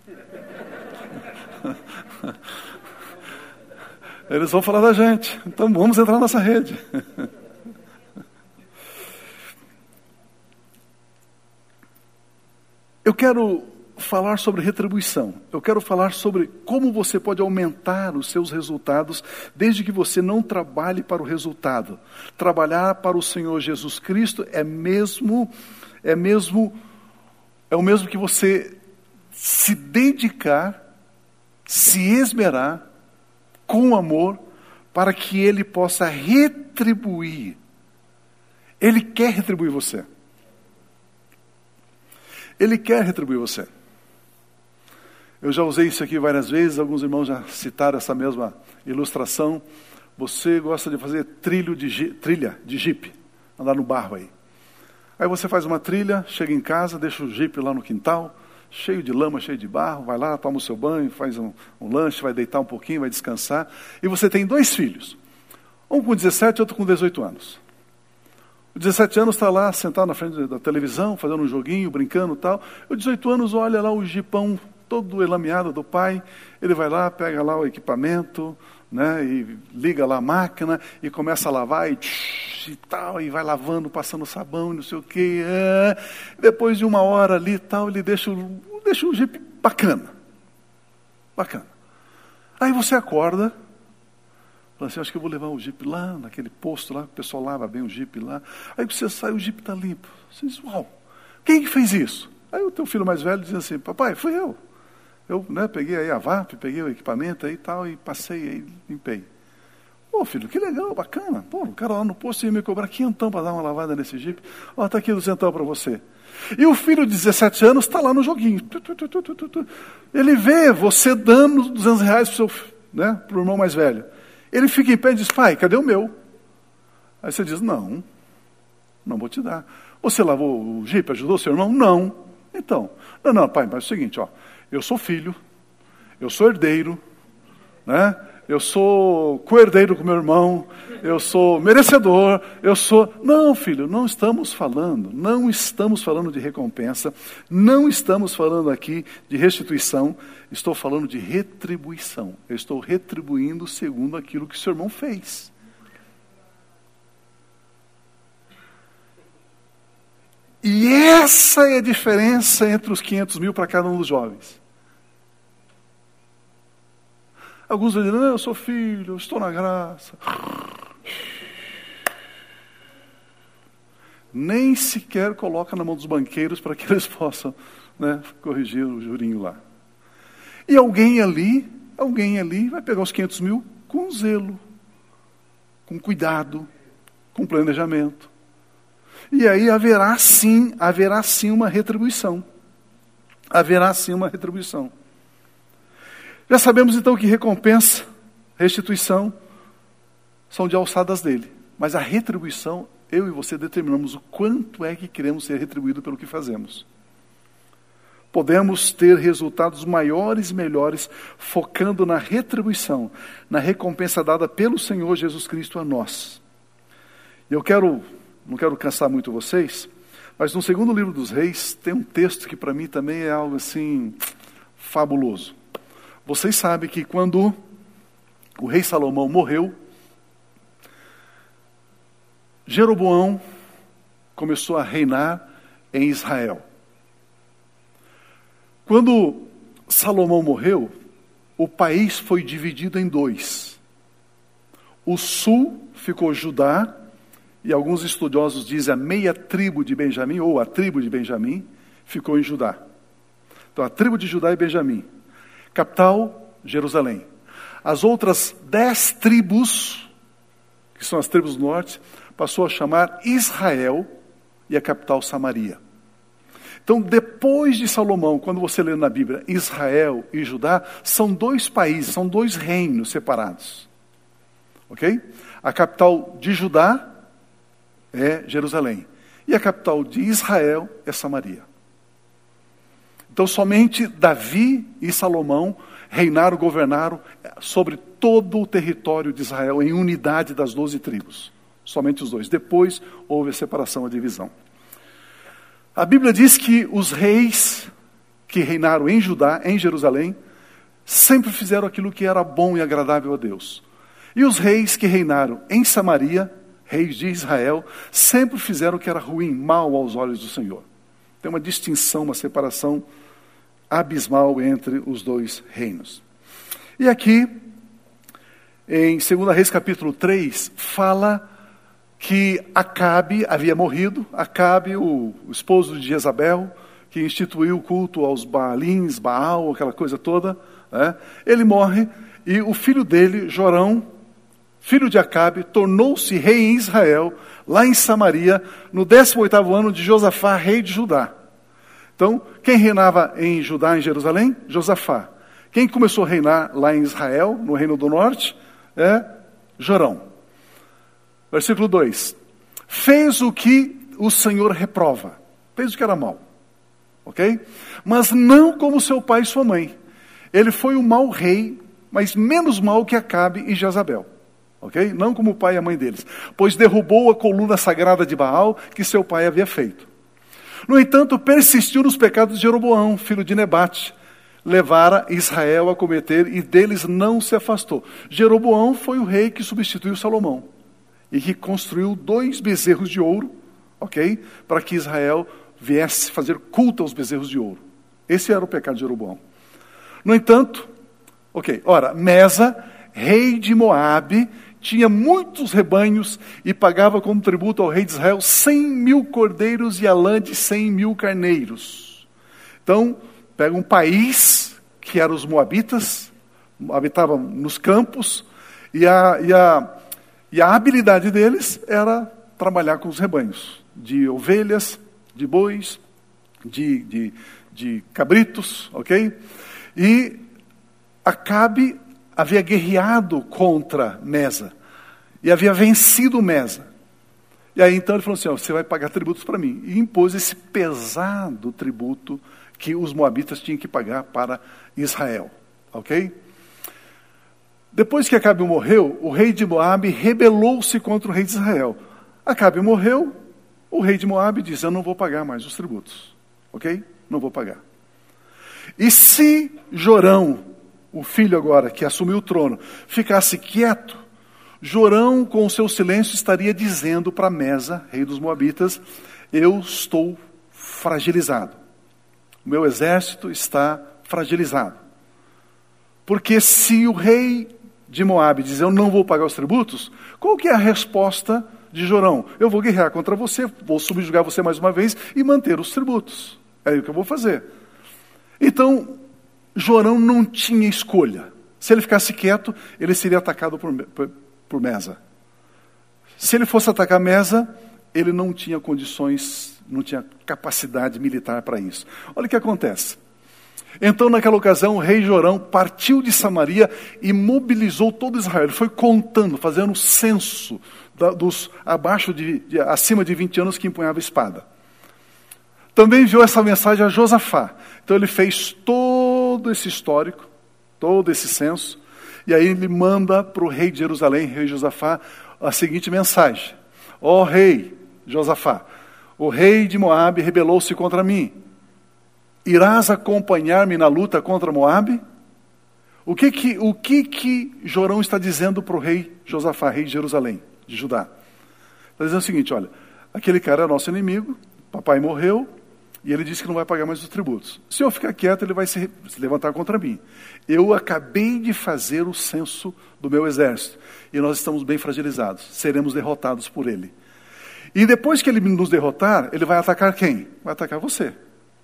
Eles vão falar da gente, então vamos entrar nessa rede. Eu quero falar sobre retribuição. Eu quero falar sobre como você pode aumentar os seus resultados, desde que você não trabalhe para o resultado. Trabalhar para o Senhor Jesus Cristo é mesmo, é mesmo, é o mesmo que você se dedicar, se esmerar com amor, para que Ele possa retribuir. Ele quer retribuir você. Ele quer retribuir você. Eu já usei isso aqui várias vezes, alguns irmãos já citaram essa mesma ilustração. Você gosta de fazer trilho de, trilha de jipe, andar no barro aí. Aí você faz uma trilha, chega em casa, deixa o jipe lá no quintal, cheio de lama, cheio de barro, vai lá, toma o seu banho, faz um, um lanche, vai deitar um pouquinho, vai descansar. E você tem dois filhos, um com dezessete e outro com dezoito anos. O dezessete anos está lá, sentado na frente da televisão, fazendo um joguinho, brincando e tal. O dezoito anos olha lá o jipão todo elameado do pai. Ele vai lá, pega lá o equipamento, né, e liga lá a máquina e começa a lavar e, tsh, e tal, e vai lavando, passando sabão, não sei o quê. É. Depois de uma hora ali e tal, ele deixa, deixa o jipe bacana. Bacana. Aí você acorda, fala assim, acho que eu vou levar o jipe lá, naquele posto lá, o pessoal lava bem o jipe lá. Aí você sai, o jipe está limpo. Você diz, uau, quem que fez isso? Aí o teu filho mais velho diz assim, papai, fui eu. Eu né, peguei aí a V A P, peguei o equipamento aí e tal, e passei aí, limpei. Pô, filho, que legal, bacana. Pô, o cara lá no posto ia me cobrar quinhentão para dar uma lavada nesse jipe. Ó, tá aqui duzentão para você. E o filho de dezessete anos está lá no joguinho. Ele vê você dando duzentos reais para o né, pro irmão mais velho. Ele fica em pé e diz, pai, cadê o meu? Aí você diz, não, não vou te dar. Você lavou o jipe, ajudou seu irmão? Não. Então, não, não, pai, mas é o seguinte, ó, eu sou filho, eu sou herdeiro, né? Eu sou co-herdeiro com meu irmão, eu sou merecedor, eu sou... Não, filho, não estamos falando, não estamos falando de recompensa, não estamos falando aqui de restituição, estou falando de retribuição. Eu estou retribuindo segundo aquilo que seu irmão fez. E essa é a diferença entre os quinhentos mil para cada um dos jovens. Alguns vão dizer, não, eu sou filho, eu estou na graça. Nem sequer coloca na mão dos banqueiros para que eles possam né, corrigir o jurinho lá. E alguém ali, alguém ali vai pegar os quinhentos mil com zelo, com cuidado, com planejamento. E aí haverá sim, haverá sim uma retribuição. Haverá sim uma retribuição. Já sabemos então que recompensa, restituição, são de alçadas dele. Mas a retribuição, eu e você determinamos o quanto é que queremos ser retribuídos pelo que fazemos. Podemos ter resultados maiores e melhores focando na retribuição, na recompensa dada pelo Senhor Jesus Cristo a nós. E eu quero, não quero cansar muito vocês, mas no segundo livro dos Reis tem um texto que para mim também é algo assim fabuloso. Vocês sabem que quando o rei Salomão morreu, Jeroboão começou a reinar em Israel. Quando Salomão morreu, o país foi dividido em dois. O sul ficou Judá, e alguns estudiosos dizem a meia tribo de Benjamim, ou a tribo de Benjamim, ficou em Judá. Então a tribo de Judá e Benjamim. Capital, Jerusalém. As outras dez tribos, que são as tribos do norte, passou a chamar Israel e a capital Samaria. Então, depois de Salomão, quando você lê na Bíblia, Israel e Judá, são dois países, são dois reinos separados. Ok? A capital de Judá é Jerusalém. E a capital de Israel é Samaria. Então, somente Davi e Salomão reinaram, governaram sobre todo o território de Israel em unidade das doze tribos. Somente os dois. Depois houve a separação, a divisão. A Bíblia diz que os reis que reinaram em Judá, em Jerusalém, sempre fizeram aquilo que era bom e agradável a Deus. E os reis que reinaram em Samaria, reis de Israel, sempre fizeram o que era ruim, mal aos olhos do Senhor. Tem uma distinção, uma separação abismal entre os dois reinos. E aqui, em dois Reis capítulo três, fala que Acabe havia morrido, Acabe, o, o esposo de Jezabel, que instituiu o culto aos Baalins, Baal, aquela coisa toda, né? Ele morre e o filho dele, Jorão, filho de Acabe, tornou-se rei em Israel, lá em Samaria, no décimo oitavo ano de Josafá, rei de Judá. Então, quem reinava em Judá, em Jerusalém? Josafá. Quem começou a reinar lá em Israel, no Reino do Norte, é Jorão. Versículo dois. Fez o que o Senhor reprova. Fez o que era mal. Ok? Mas não como seu pai e sua mãe. Ele foi um mau rei, mas menos mau que Acabe e Jezabel. Ok? Não como o pai e a mãe deles. Pois derrubou a coluna sagrada de Baal que seu pai havia feito. No entanto, persistiu nos pecados de Jeroboão, filho de Nebate. Levara Israel a cometer e deles não se afastou. Jeroboão foi o rei que substituiu Salomão e que construiu dois bezerros de ouro, ok? Para que Israel viesse fazer culto aos bezerros de ouro. Esse era o pecado de Jeroboão. No entanto, ok, ora, Mesa, rei de Moabe, tinha muitos rebanhos e pagava como tributo ao rei de Israel cem mil cordeiros e a lã de cem mil carneiros. Então, pega um país, que eram os moabitas, habitavam nos campos, e a, e, a, e a habilidade deles era trabalhar com os rebanhos, de ovelhas, de bois, de, de, de cabritos, ok? E Acabe havia guerreado contra Mesa, e havia vencido Mesa. E aí então ele falou assim, ó, você vai pagar tributos para mim. E impôs esse pesado tributo que os moabitas tinham que pagar para Israel. Ok? Depois que Acabe morreu, o rei de Moabe rebelou-se contra o rei de Israel. Acabe morreu, o rei de Moabe diz, eu não vou pagar mais os tributos. Ok? Não vou pagar. E se Jorão, o filho agora que assumiu o trono, ficasse quieto, Jorão com o seu silêncio estaria dizendo para Mesa, rei dos moabitas, eu estou fragilizado. O meu exército está fragilizado. Porque se o rei de Moabe diz, eu não vou pagar os tributos, qual que é a resposta de Jorão? Eu vou guerrear contra você, vou subjugar você mais uma vez e manter os tributos. É o que eu vou fazer. Então, Jorão não tinha escolha. Se ele ficasse quieto, ele seria atacado por, por, por Mesa. Se ele fosse atacar Mesa, ele não tinha condições, não tinha capacidade militar para isso. Olha o que acontece. Então, naquela ocasião, o rei Jorão partiu de Samaria e mobilizou todo Israel. Ele foi contando, fazendo um censo da, dos abaixo de, de, acima de vinte anos que empunhava espada. Também enviou essa mensagem a Josafá. Então ele fez todo esse histórico, todo esse censo, e aí ele manda para o rei de Jerusalém, rei Josafá, a seguinte mensagem. Ó rei Josafá, o rei de Moabe rebelou-se contra mim. Irás acompanhar-me na luta contra Moabe? O que que, o que que Jorão está dizendo para o rei Josafá, rei de Jerusalém, de Judá? Está dizendo o seguinte, olha, aquele cara é nosso inimigo, papai morreu, e ele disse que não vai pagar mais os tributos. Se eu ficar quieto, ele vai se levantar contra mim. Eu acabei de fazer o censo do meu exército, e nós estamos bem fragilizados, seremos derrotados por ele. E depois que ele nos derrotar, ele vai atacar quem? Vai atacar você.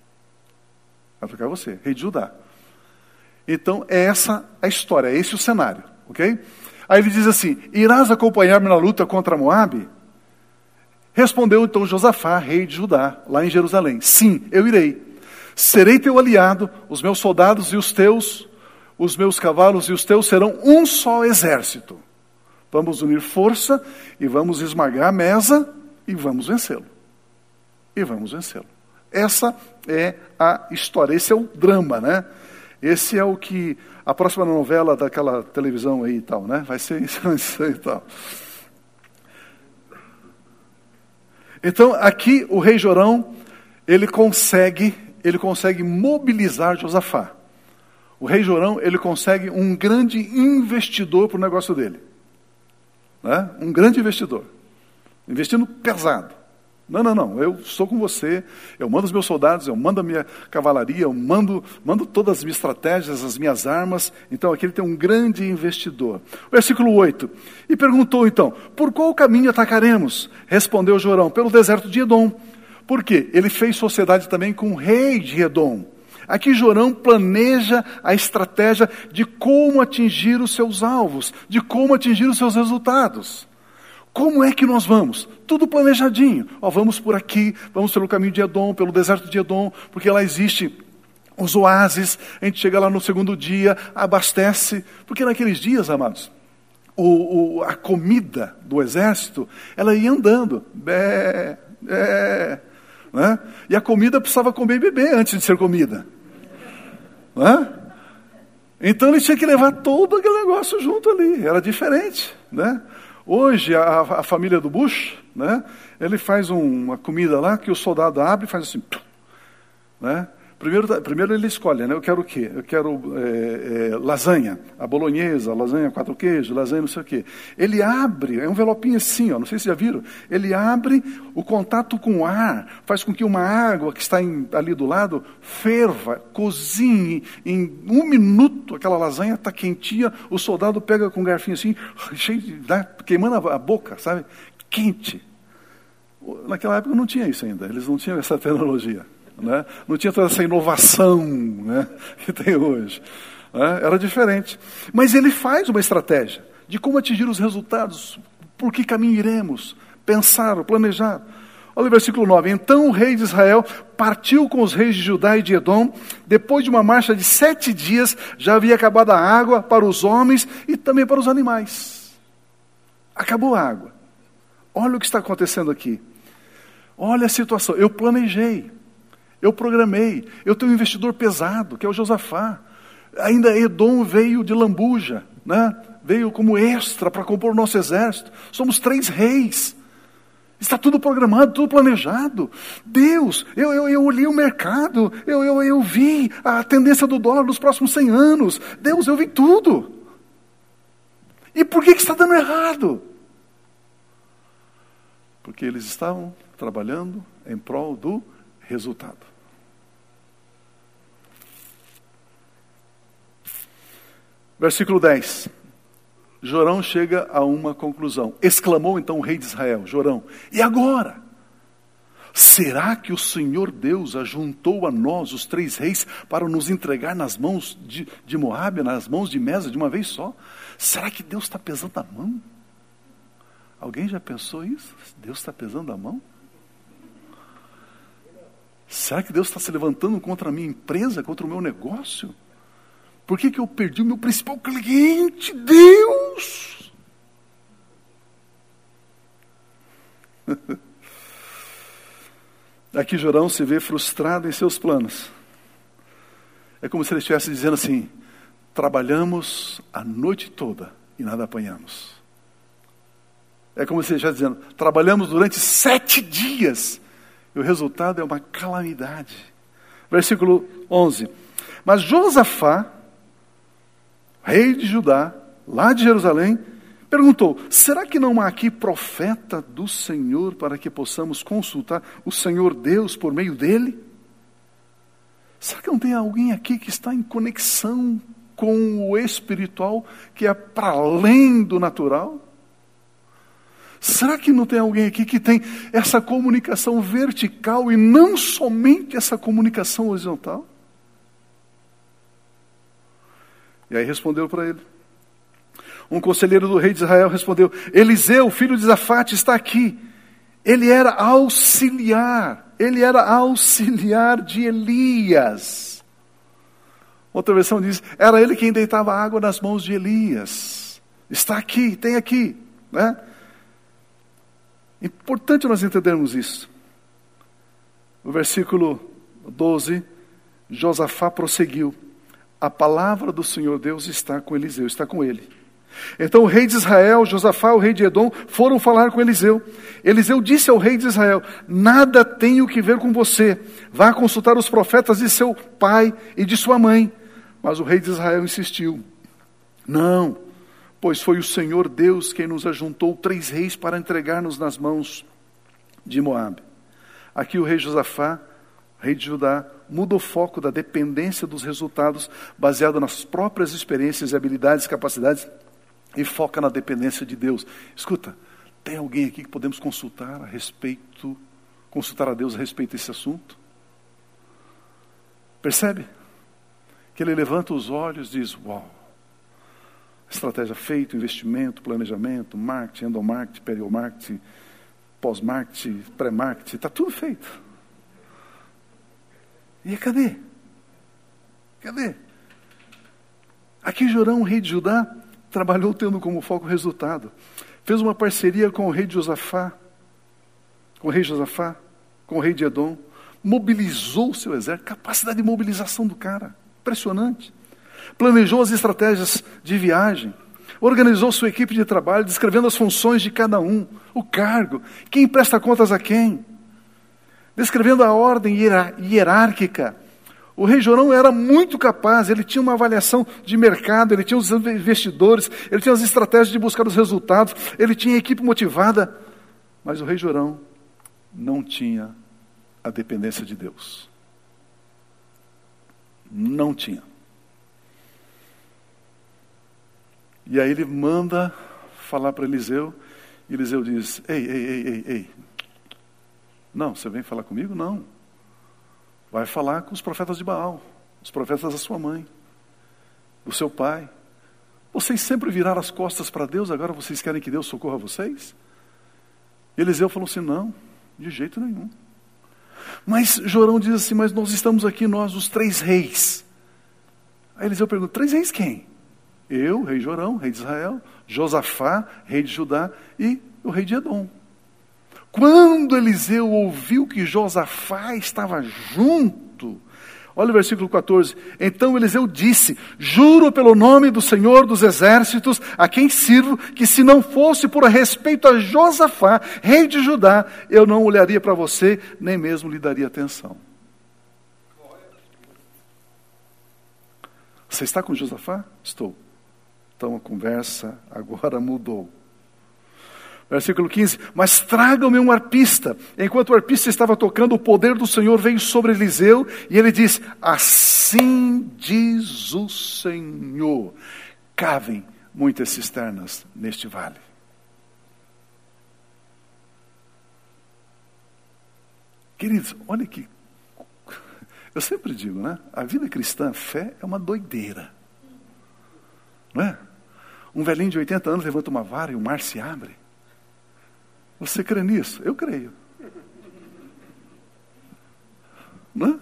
Vai atacar você, rei de Judá. Então, é essa a história, é esse o cenário, ok? Aí ele diz assim, irás acompanhar-me na luta contra Moabe? Respondeu então Josafá, rei de Judá, lá em Jerusalém, sim, eu irei. Serei teu aliado, os meus soldados e os teus, os meus cavalos e os teus serão um só exército. Vamos unir força e vamos esmagar Mesa e vamos vencê-lo. E vamos vencê-lo. Essa é a história, esse é o drama, né? Esse é o que, a próxima novela daquela televisão aí e tal, né? Vai ser isso, isso aí e tal. Então, aqui o rei Jorão, ele consegue, ele consegue mobilizar Josafá. O rei Jorão, ele consegue um grande investidor para o negócio dele. Né? Um grande investidor. Investindo pesado. Não, não, não, eu estou com você, eu mando os meus soldados, eu mando a minha cavalaria, eu mando, mando todas as minhas estratégias, as minhas armas. Então aqui ele tem um grande investidor. Versículo oito. E perguntou então, por qual caminho atacaremos? Respondeu Jorão, pelo deserto de Edom. Por quê? Ele fez sociedade também com o rei de Edom. Aqui Jorão planeja a estratégia de como atingir os seus alvos, de como atingir os seus resultados. Como é que nós vamos? Tudo planejadinho. Ó, vamos por aqui, vamos pelo caminho de Edom, pelo deserto de Edom, porque lá existe os oásis, a gente chega lá no segundo dia, abastece. Porque naqueles dias, amados, o, o, a comida do exército, ela ia andando. Bé, bé, né? E a comida precisava comer e beber antes de ser comida. Né? Então ele tinha que levar todo aquele negócio junto ali. Era diferente, né? Hoje, a, a família do Bush, né, ele faz um, uma comida lá que o soldado abre e faz assim, né? Primeiro, primeiro ele escolhe, né? Eu quero o quê? Eu quero é, é, lasanha, a bolonhesa, lasanha quatro queijos, lasanha não sei o quê. Ele abre, é um envelopinho assim, ó, não sei se já viram. Ele abre, o contato com o ar faz com que uma água que está em, ali do lado ferva, cozinhe. Em um minuto aquela lasanha está quentinha, o soldado pega com um garfinho assim, cheio de, né, queimando a, a boca, sabe? Quente. Naquela época não tinha isso ainda, eles não tinham essa tecnologia. Né? Não tinha toda essa inovação, né, que tem hoje. Né? Era diferente. Mas ele faz uma estratégia de como atingir os resultados, por que caminho iremos, pensar, planejar. Olha o versículo nove. Então o rei de Israel partiu com os reis de Judá e de Edom. Depois de uma marcha de sete dias, já havia acabado a água para os homens e também para os animais. Acabou a água. Olha o que está acontecendo aqui. Olha a situação. Eu planejei. Eu programei, eu tenho um investidor pesado, que é o Josafá. Ainda Edom veio de lambuja, né? Veio como extra para compor o nosso exército. Somos três reis. Está tudo programado, tudo planejado. Deus, eu, eu, eu olhei o mercado, eu, eu, eu vi a tendência do dólar nos próximos cem anos. Deus, eu vi tudo. E por que, que está dando errado? Porque eles estavam trabalhando em prol do resultado. Versículo dez. Jorão chega a uma conclusão. Exclamou então o rei de Israel, Jorão, e agora? Será que o Senhor Deus ajuntou a nós, os três reis, para nos entregar nas mãos de, de Moabe, nas mãos de Mesa, de uma vez só? Será que Deus está pesando a mão? Alguém já pensou isso? Deus está pesando a mão? Será que Deus está se levantando contra a minha empresa, contra o meu negócio? Por que que eu perdi o meu principal cliente? Deus! Aqui Jorão se vê frustrado em seus planos. É como se ele estivesse dizendo assim, trabalhamos a noite toda e nada apanhamos. É como se ele estivesse dizendo, trabalhamos durante sete dias e o resultado é uma calamidade. Versículo onze. Mas Josafá, rei de Judá, lá de Jerusalém, perguntou, será que não há aqui profeta do Senhor para que possamos consultar o Senhor Deus por meio dele? Será que não tem alguém aqui que está em conexão com o espiritual, que é para além do natural? Será que não tem alguém aqui que tem essa comunicação vertical e não somente essa comunicação horizontal? E aí respondeu para ele. Um conselheiro do rei de Israel respondeu, Eliseu, filho de Safate, está aqui. Ele era auxiliar, ele era auxiliar de Elias. Outra versão diz, era ele quem deitava água nas mãos de Elias. Está aqui, tem aqui, né? Importante nós entendermos isso. O versículo doze, Josafá prosseguiu. A palavra do Senhor Deus está com Eliseu, está com ele. Então o rei de Israel, Josafá, o rei de Edom, foram falar com Eliseu. Eliseu disse ao rei de Israel, nada tenho que ver com você. Vá consultar os profetas de seu pai e de sua mãe. Mas o rei de Israel insistiu. Não, pois foi o Senhor Deus quem nos ajuntou três reis para entregar-nos nas mãos de Moabe. Aqui o rei Josafá, rei de Judá, muda o foco da dependência dos resultados baseado nas próprias experiências, habilidades e capacidades e foca na dependência de Deus. Escuta, tem alguém aqui que podemos consultar a respeito, consultar a Deus a respeito desse assunto? Percebe? Que ele levanta os olhos e diz, uau, estratégia feita, investimento, planejamento, marketing, endomarketing, periomarketing, pós-marketing, pré-marketing, está tudo feito. E cadê? Cadê? Aqui Jorão, rei de Judá, trabalhou tendo como foco o resultado. Fez uma parceria com o rei de Josafá, com o rei Josafá, com o rei de Edom, mobilizou o seu exército, capacidade de mobilização do cara, impressionante. Planejou as estratégias de viagem, organizou sua equipe de trabalho, descrevendo as funções de cada um, o cargo, quem presta contas a quem, descrevendo a ordem hierárquica. O rei Jorão era muito capaz, ele tinha uma avaliação de mercado, ele tinha os investidores, ele tinha as estratégias de buscar os resultados, ele tinha a equipe motivada, mas o rei Jorão não tinha a dependência de Deus. Não tinha. E aí ele manda falar para Eliseu, e Eliseu diz, ei, ei, ei, ei, ei, não, você vem falar comigo? Não. Vai falar com os profetas de Baal, os profetas da sua mãe, do seu pai. Vocês sempre viraram as costas para Deus, agora vocês querem que Deus socorra vocês? E Eliseu falou assim, não, de jeito nenhum. Mas Jorão diz assim, mas nós estamos aqui, nós, os três reis. Aí Eliseu pergunta, três reis quem? Eu, rei Jorão, rei de Israel, Josafá, rei de Judá, e o rei de Edom. Quando Eliseu ouviu que Josafá estava junto, olha o versículo quatorze, então Eliseu disse, juro pelo nome do Senhor dos Exércitos, a quem sirvo, que se não fosse por respeito a Josafá, rei de Judá, eu não olharia para você, nem mesmo lhe daria atenção. Você está com Josafá? Estou. Então a conversa agora mudou. Versículo quinze, mas tragam-me um arpista. Enquanto o arpista estava tocando, o poder do Senhor veio sobre Eliseu, e ele diz, assim diz o Senhor, cavem muitas cisternas neste vale. Queridos, olha que, eu sempre digo, né? A vida cristã, a fé é uma doideira. Não é? Um velhinho de oitenta anos levanta uma vara e o mar se abre. Você crê nisso? Eu creio. Não é?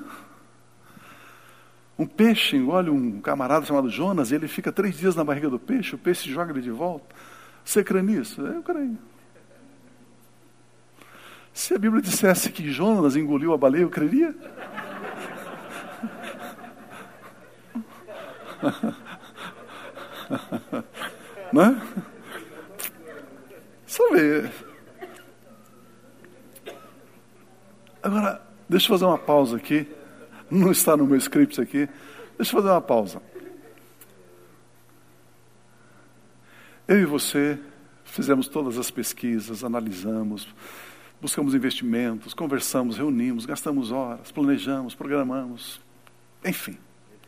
Um peixe engole um camarada chamado Jonas, e ele fica três dias na barriga do peixe, o peixe joga ele de volta. Você crê nisso? Eu creio. Se a Bíblia dissesse que Jonas engoliu a baleia, eu creria? Não é? Sabe? Agora, deixa eu fazer uma pausa aqui. Não está no meu script aqui. Deixa eu fazer uma pausa. Eu e você fizemos todas as pesquisas, analisamos, buscamos investimentos, conversamos, reunimos, gastamos horas, planejamos, programamos, enfim.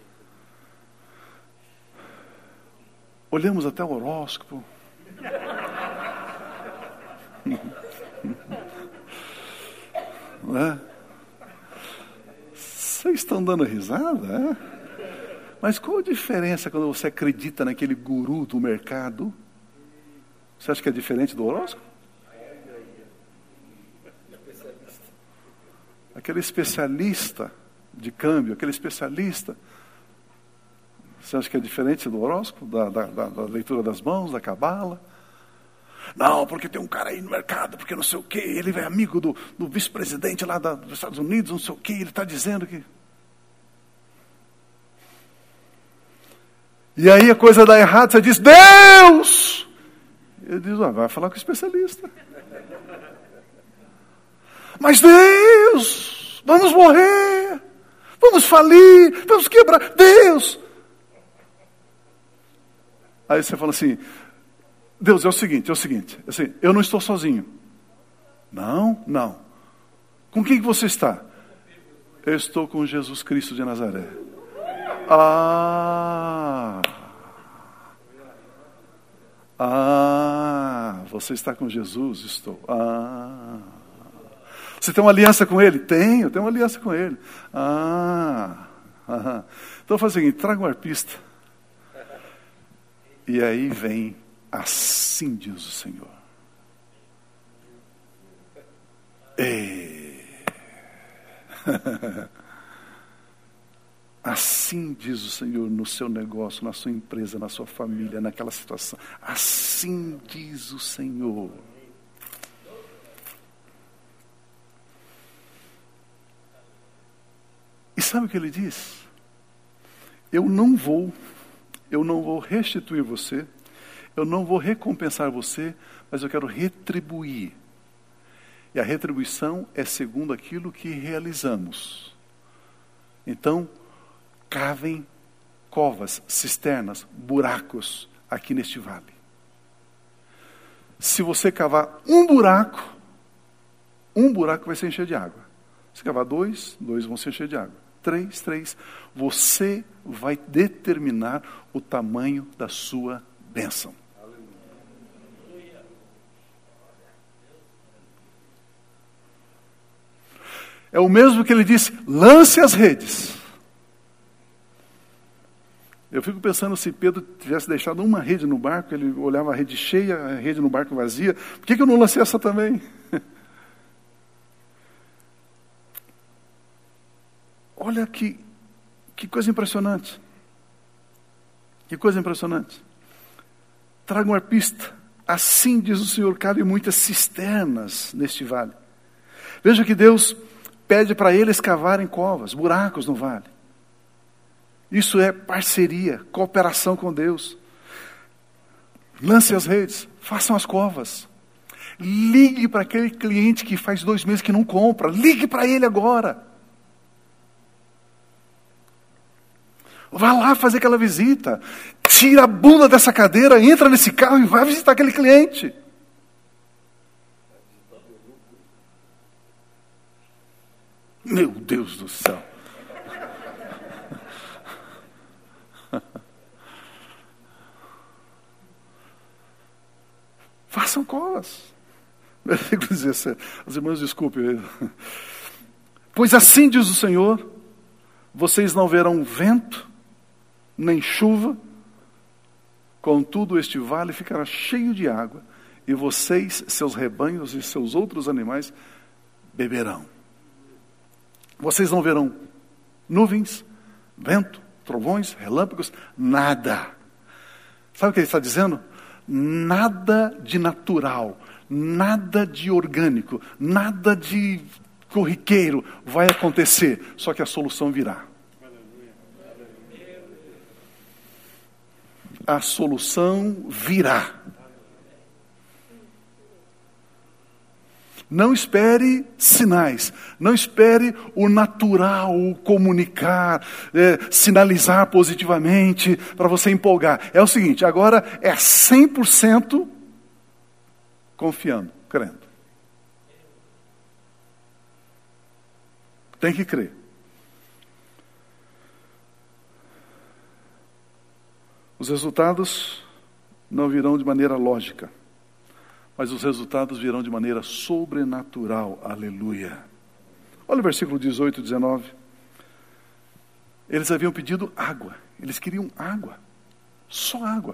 Olhamos até o horóscopo. Não é? Vocês estão dando risada, é? Mas qual a diferença quando você acredita naquele guru do mercado? Você acha que é diferente do horóscopo? Aquele especialista de câmbio, aquele especialista, você acha que é diferente do horóscopo, da, da, da, da leitura das mãos, da cabala? Não, porque tem um cara aí no mercado, porque não sei o quê, ele é amigo do, do vice-presidente lá da, dos Estados Unidos, não sei o quê, ele está dizendo que... E aí a coisa dá errado, você diz, Deus! Ele diz, ah, vai falar com o especialista. Mas Deus, vamos morrer, vamos falir, vamos quebrar, Deus! Aí você fala assim, Deus, é o seguinte, é o seguinte, assim, eu não estou sozinho. Não, não. Com quem que você está? Eu estou com Jesus Cristo de Nazaré. Ah, ah, você está com Jesus? Estou. Ah, você tem uma aliança com Ele? Tenho, eu tenho uma aliança com Ele. Ah, ah. Então faz o seguinte, traga um arpista. E aí vem, assim diz o Senhor. Ei. Assim diz o Senhor no seu negócio, na sua empresa, na sua família, naquela situação. Assim diz o Senhor. E sabe o que ele diz? Eu não vou, eu não vou restituir você, eu não vou recompensar você, mas eu quero retribuir. E a retribuição é segundo aquilo que realizamos. Então, cavem covas, cisternas, buracos aqui neste vale. Se você cavar um buraco, um buraco vai se encher de água. Se cavar dois, dois vão se encher de água. Três, três. Você vai determinar o tamanho da sua bênção. É o mesmo que ele disse, lance as redes. Eu fico pensando, se Pedro tivesse deixado uma rede no barco, ele olhava a rede cheia, a rede no barco vazia, por que que eu não lancei essa também? Olha que, que coisa impressionante. Que coisa impressionante. Traga um arpista. Assim diz o Senhor, cabe muitas cisternas neste vale. Veja que Deus pede para eles cavarem covas, buracos no vale. Isso é parceria, cooperação com Deus. Lance as redes, façam as covas. Ligue para aquele cliente que faz dois meses que não compra. Ligue para ele agora. Vá lá fazer aquela visita. Tira a bunda dessa cadeira, entra nesse carro e vai visitar aquele cliente. Meu Deus do céu. Façam covas. Versículo dezessete. Os irmãos, desculpem. Pois assim diz o Senhor, vocês não verão vento, nem chuva, contudo este vale ficará cheio de água, e vocês, seus rebanhos e seus outros animais beberão. Vocês não verão nuvens, vento, trovões, relâmpagos, nada. Sabe o que ele está dizendo? Nada de natural, nada de orgânico, nada de corriqueiro vai acontecer, só que a solução virá. A solução virá. Não espere sinais, não espere o natural, o comunicar, é, sinalizar positivamente para você empolgar. É o seguinte, agora é cem por cento confiando, crendo. Tem que crer. Os resultados não virão de maneira lógica, mas os resultados virão de maneira sobrenatural. Aleluia. Olha o versículo dezoito e dezenove. Eles haviam pedido água. Eles queriam água. Só água.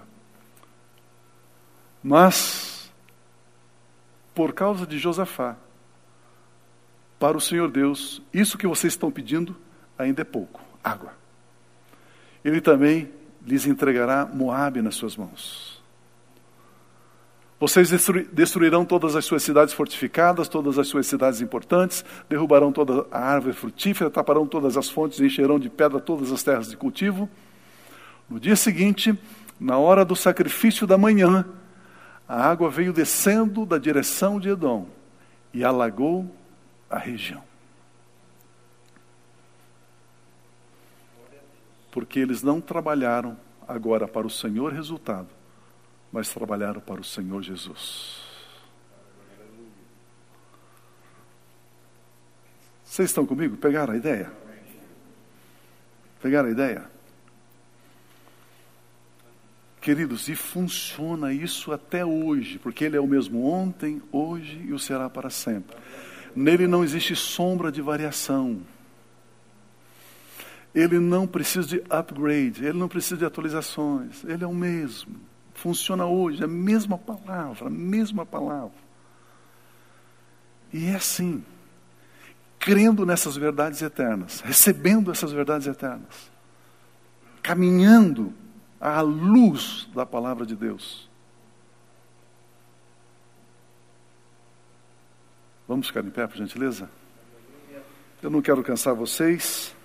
Mas, por causa de Josafá, para o Senhor Deus, isso que vocês estão pedindo ainda é pouco. Água. Ele também lhes entregará Moabe nas suas mãos. Vocês destruirão todas as suas cidades fortificadas, todas as suas cidades importantes, derrubarão toda a árvore frutífera, taparão todas as fontes e encherão de pedra todas as terras de cultivo. No dia seguinte, na hora do sacrifício da manhã, a água veio descendo da direção de Edom e alagou a região. Porque eles não trabalharam agora para o Senhor resultado, mas trabalharam para o Senhor Jesus. Vocês estão comigo? Pegaram a ideia? Pegaram a ideia? Queridos, e funciona isso até hoje, porque Ele é o mesmo ontem, hoje e o será para sempre. Nele não existe sombra de variação. Ele não precisa de upgrade, Ele não precisa de atualizações. Ele é o mesmo. Funciona hoje, é a mesma palavra, a mesma palavra. E é assim, crendo nessas verdades eternas, recebendo essas verdades eternas, caminhando à luz da palavra de Deus. Vamos ficar em pé, por gentileza? Eu não quero cansar vocês.